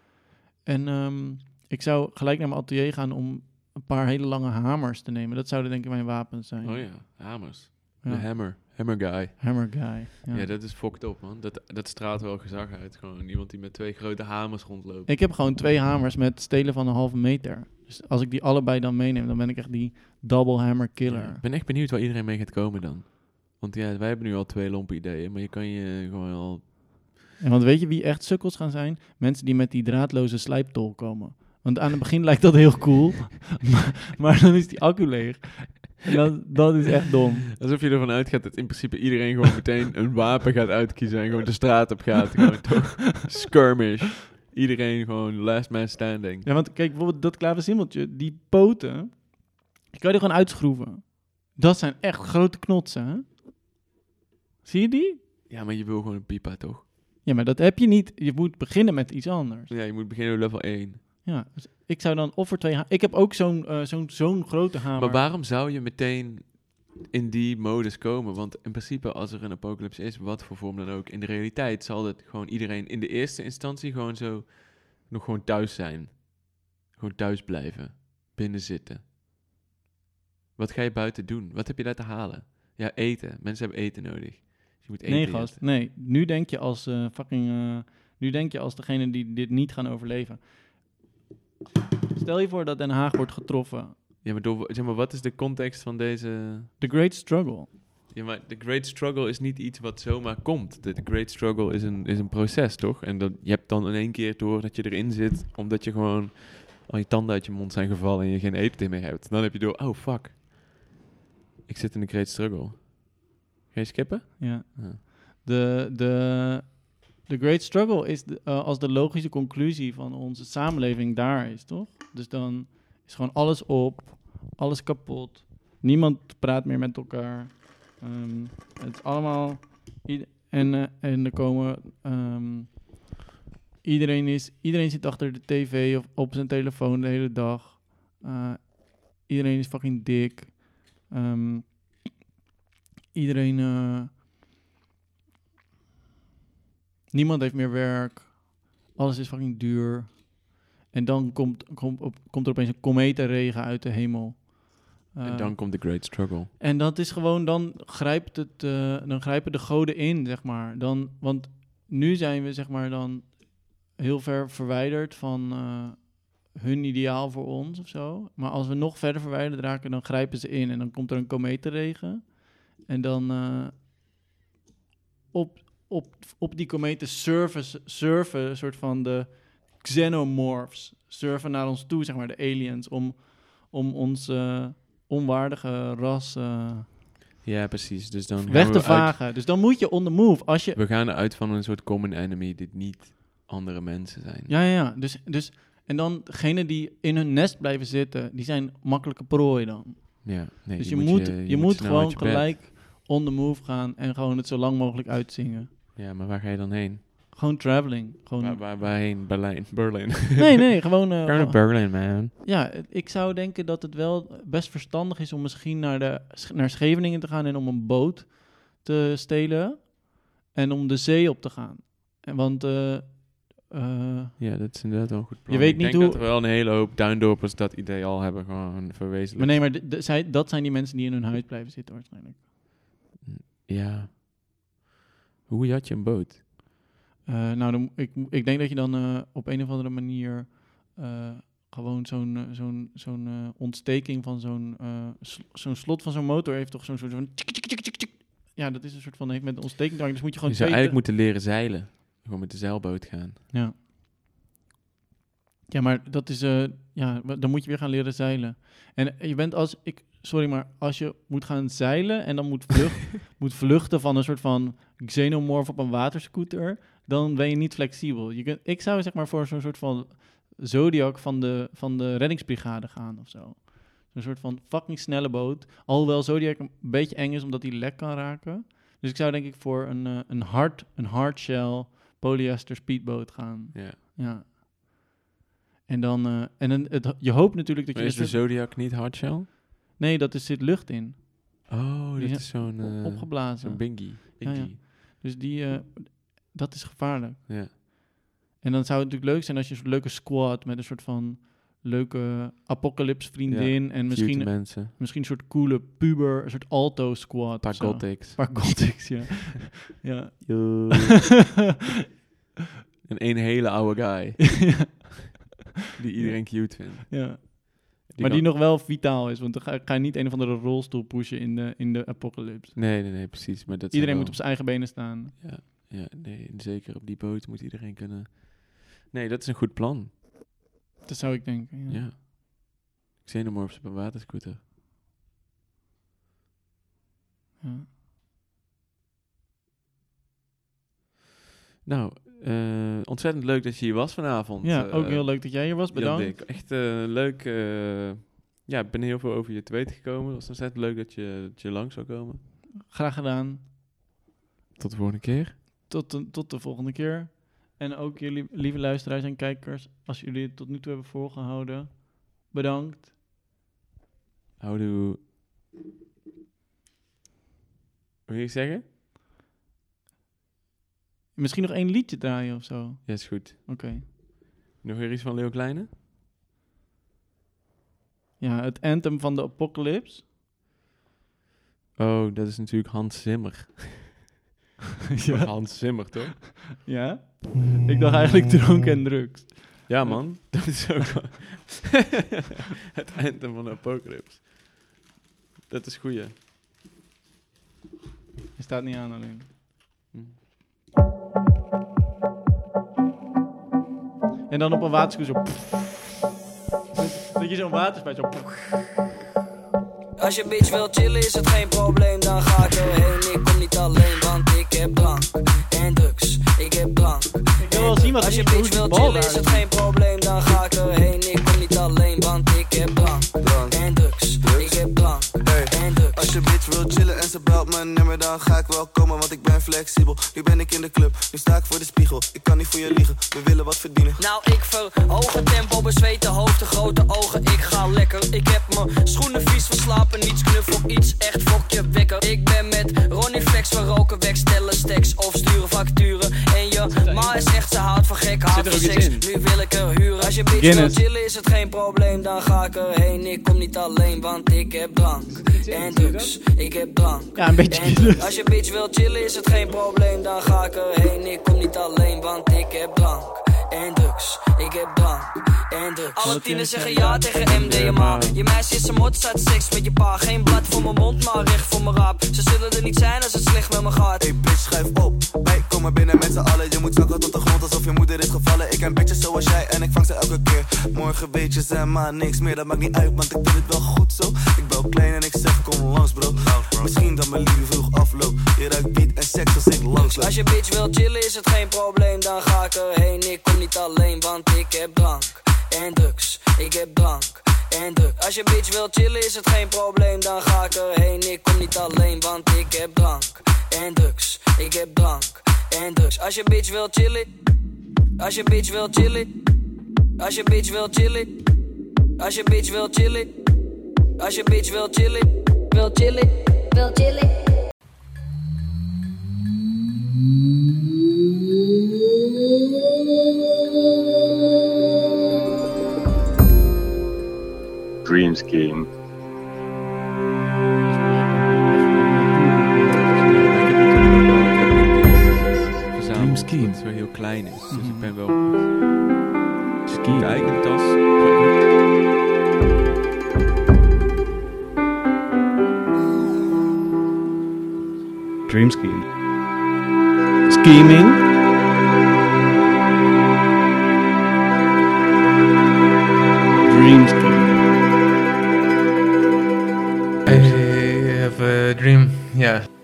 En ik zou gelijk naar mijn atelier gaan om een paar hele lange hamers te nemen. Dat zouden denk ik mijn wapens zijn. Oh ja, hamers. Ja. De hammer. Hammer guy. Hammer guy. Ja, dat is fucked up, man. Dat straalt wel gezag uit. Gewoon iemand die met 2 grote hamers rondloopt. Ik heb gewoon 2 hamers met stelen van 1,5 meter. Dus als ik die allebei dan meeneem, dan ben ik echt die double hammer killer. Ja, ik ben echt benieuwd waar iedereen mee gaat komen dan. Want ja, wij hebben nu al 2 lompe ideeën, maar je kan je gewoon al... En want weet je wie echt sukkels gaan zijn? Mensen die met die draadloze slijptol komen. Want aan het begin lijkt dat heel cool, maar dan is die accu leeg. En dat is echt dom. Alsof je ervan uitgaat dat in principe iedereen gewoon meteen een wapen gaat uitkiezen en gewoon de straat op gaat. Gewoon toch skirmish. Iedereen gewoon last man standing. Ja, want kijk, bijvoorbeeld dat klaversimmeltje, die poten, die kan je er gewoon uitschroeven. Dat zijn echt grote knotsen, hè? Zie je die? Ja, maar je wil gewoon een pipa, toch? Ja, maar dat heb je niet. Je moet beginnen met iets anders. Ja, je moet beginnen op level 1. Ja, dus ik zou dan of voor 2 ik heb ook zo'n grote hamer. Maar waarom zou je meteen in die modus komen? Want in principe, als er een apocalypse is, wat voor vorm dan ook, in de realiteit zal het gewoon iedereen in de eerste instantie gewoon zo nog gewoon thuis zijn. Gewoon thuis blijven. Binnen zitten. Wat ga je buiten doen? Wat heb je daar te halen? Ja, eten. Mensen hebben eten nodig. Dus je moet eten Nee, gast. eten. Nee, nu denk je als nu denk je als degene die dit niet gaan overleven. Stel je voor dat Den Haag wordt getroffen. Ja, maar, zeg maar wat is de context van deze... The Great Struggle. Ja, maar de Great Struggle is niet iets wat zomaar komt. De Great Struggle is een proces, toch? En je hebt dan in één keer door dat je erin zit, omdat je gewoon al je tanden uit je mond zijn gevallen en je geen eten meer hebt. Dan heb je door, oh fuck, ik zit in de Great Struggle. Ga je skippen? Ja. Ja. The Great Struggle is als de logische conclusie van onze samenleving daar is, toch? Dus dan is gewoon alles op, alles kapot. Niemand praat meer met elkaar. Het is allemaal... En er komen... Iedereen zit achter de tv of op zijn telefoon de hele dag. Iedereen is fucking dik. Niemand heeft meer werk. Alles is fucking duur. En dan komt er opeens een kometenregen uit de hemel. En dan komt de Great Struggle. En dat is gewoon, dan grijpen de goden in, zeg maar. Want nu zijn we, zeg maar, dan heel ver verwijderd van hun ideaal voor ons of zo. Maar als we nog verder verwijderd raken, dan grijpen ze in. En dan komt er een kometenregen. En dan op die kometen surfen een soort van de xenomorphs. Surfen naar ons toe, zeg maar, de aliens, om ons onwaardige ras Ja, precies. Dus dan weg gaan te we uit- vagen. Dus dan moet je on the move. Als je... We gaan eruit van een soort common enemy die niet andere mensen zijn. Ja. Dus, en dan degenen die in hun nest blijven zitten, die zijn makkelijke prooi dan. Ja, nee, Dus die je moet snel gewoon uit je bed. gelijk on the move gaan en gewoon het zo lang mogelijk uitzingen. Ja, maar waar ga je dan heen? Gewoon traveling. Gewoon... Waarheen? Berlijn. Nee, gewoon... Go to Berlin, man. Ja, ik zou denken dat het wel best verstandig is om misschien naar Scheveningen te gaan en om een boot te stelen en om de zee op te gaan. Want Ja, dat is inderdaad wel een goed plan. Je weet Ik niet denk hoe- dat er wel een hele hoop duindorpers dat idee al hebben gewoon verwezenlijkt. maar dat zijn die mensen die in hun huis blijven zitten waarschijnlijk. Ja. Hoe had je een boot? Ik denk dat je dan op een of andere manier gewoon zo'n ontsteking van zo'n slot van zo'n motor heeft toch zo'n soort van... Ja, dat is een soort van... heeft met een ontsteking te maken, dus moet je gewoon... Je zou eigenlijk moeten leren zeilen. Gewoon met de zeilboot gaan. Ja. Ja, maar dat is... dan moet je weer gaan leren zeilen. En je bent als... Sorry, maar als je moet gaan zeilen en dan moet vluchten van een soort van xenomorf op een waterscooter, dan ben je niet flexibel. Ik zou zeg maar voor zo'n soort van Zodiac van de reddingsbrigade gaan of zo. Zo'n soort van fucking snelle boot. Alhoewel Zodiac een beetje eng is omdat hij lek kan raken. Dus ik zou denk ik voor een hardshell polyester speedboot gaan. Ja. En dan... je hoopt natuurlijk dat je... Is de Zodiac niet hardshell? Nee, zit lucht in. Oh, Die dat is zo'n... opgeblazen. Zo'n bingy. Ja. Dus dat is gevaarlijk. Ja. En dan zou het natuurlijk leuk zijn als je een soort leuke squad met een soort van leuke apocalypse vriendin en misschien een soort coole puber, een soort alto squad. Paar gothics, ja. Ja. En één hele oude guy. Die iedereen cute vindt. Ja. Die nog wel vitaal is, want dan ga je niet een of andere rolstoel pushen in de apocalypse. Nee, precies. Maar iedereen moet op zijn eigen benen staan. Ja, nee, zeker op die boot moet iedereen kunnen... Nee, dat is een goed plan. Dat zou ik denken, ja. Xenomorphs op een waterscooter. Ja. Nou, ontzettend leuk dat je hier was vanavond. Ja, ook heel leuk dat jij hier was. Bedankt. Echt leuk. Ik ben heel veel over je te weten gekomen. Het was ontzettend leuk dat je langs zou komen. Graag gedaan. Tot de volgende keer. Tot de volgende keer. En ook jullie lieve luisteraars en kijkers, als jullie het tot nu toe hebben volgehouden, bedankt. Houdoe. Wil je zeggen? Misschien nog 1 liedje draaien of zo. Ja, is goed. Oké. Nog weer iets van Leo Kleine? Ja, het anthem van de Apocalypse. Oh, dat is natuurlijk Hans Zimmer. Ja. Hans Zimmer, toch? Ja? Ik dacht eigenlijk drank en drugs. Ja, man. Dat is ook wel... Het anthem van de Apocalypse. Dat is goeie. Je staat niet aan alleen. En dan op een waterscooter zo... Dat je zo'n waterspuit zo... Als je bitch wil chillen is het geen probleem, dan ga ik erheen. Ik kom niet alleen, want ik heb drank en drugs. Ik heb drank. Ik wil wel zien wat als je bitch wil chillen is het geen probleem, dan ga ik erheen. Ik kom niet alleen, want ik heb drank en drugs. Ik heb drank en drugs. Als je bitch wil chillen en ze belt mijn nummer, dan ga ik wel komen, want ik ben flexibel. Nu ben ik in de club, nu sta ik voor de spiegel. Ik kan niet voor je liegen, we willen wat verdienen. Nou, ik verhoog het tempo, bezweten hoofd, de grote ogen. Ik ga lekker, ik heb mijn schoenen vies verslapen. Niets knuffel, iets echt fokje wekker. Ik ben met Ronnie Flex, we roken weg, stellen stacks of sturen facturen. En je ma is echt, ze houdt van gek, houdt van seks. Nu wil ik er huren. Als je bitch wil chillen is het geen probleem, dan ga ik erheen. Ik kom niet alleen, want ik heb drank en drugs. Ik heb drank. Ja, een beetje. Als je bitch wil chillen is het geen probleem, dan ga ik erheen. Ik kom niet alleen, want ik heb drank en drugs. Ik heb drank en drugs. Alle tieners zeggen ja tegen MDMA. Je meisje is een mot, staat seks met je pa. Geen blad voor mijn mond, maar recht voor mijn raap. Ze zullen er niet zijn als het slecht met me gaat. Hey bitch, schuif op. Wij komen binnen met z'n allen. Je moet zakken tot de grond alsof je moeder is gevallen. Ik ken bitches zoals jij en ik vang ze elke keer. Morgen weet je ze maar niks meer. Dat maakt niet uit, want ik doe het wel goed zo. Ik bel klein en ik zeg kom langs bro. Misschien dat mijn liefde vroeg afloopt. Je ruikt beat en seks als ik langsloop. Als je bitch wil chillen is het geen probleem. Dan ga ik erheen, ik kom niet alleen. Want ik heb drank en drugs. Ik heb drank en drugs. Als je bitch wil chillen is het geen probleem. Dan ga ik erheen, ik kom niet alleen. Want ik heb drank en drugs. Ik heb drank en drugs. Als je bitch wil chillen. Als je bitch wil chillen. Als je bitch wil chillen. Als je bitch wil chillen. Als je bitch wil chillen. Wil chillen. Wil chillen. Dream Scheme. Dream Scheme. Dat het wel heel klein is. Dus ik ben wel... Ski. Kijk, een tas. Dream scheme. Scheming. Dream scheme. I have a dream. Yeah,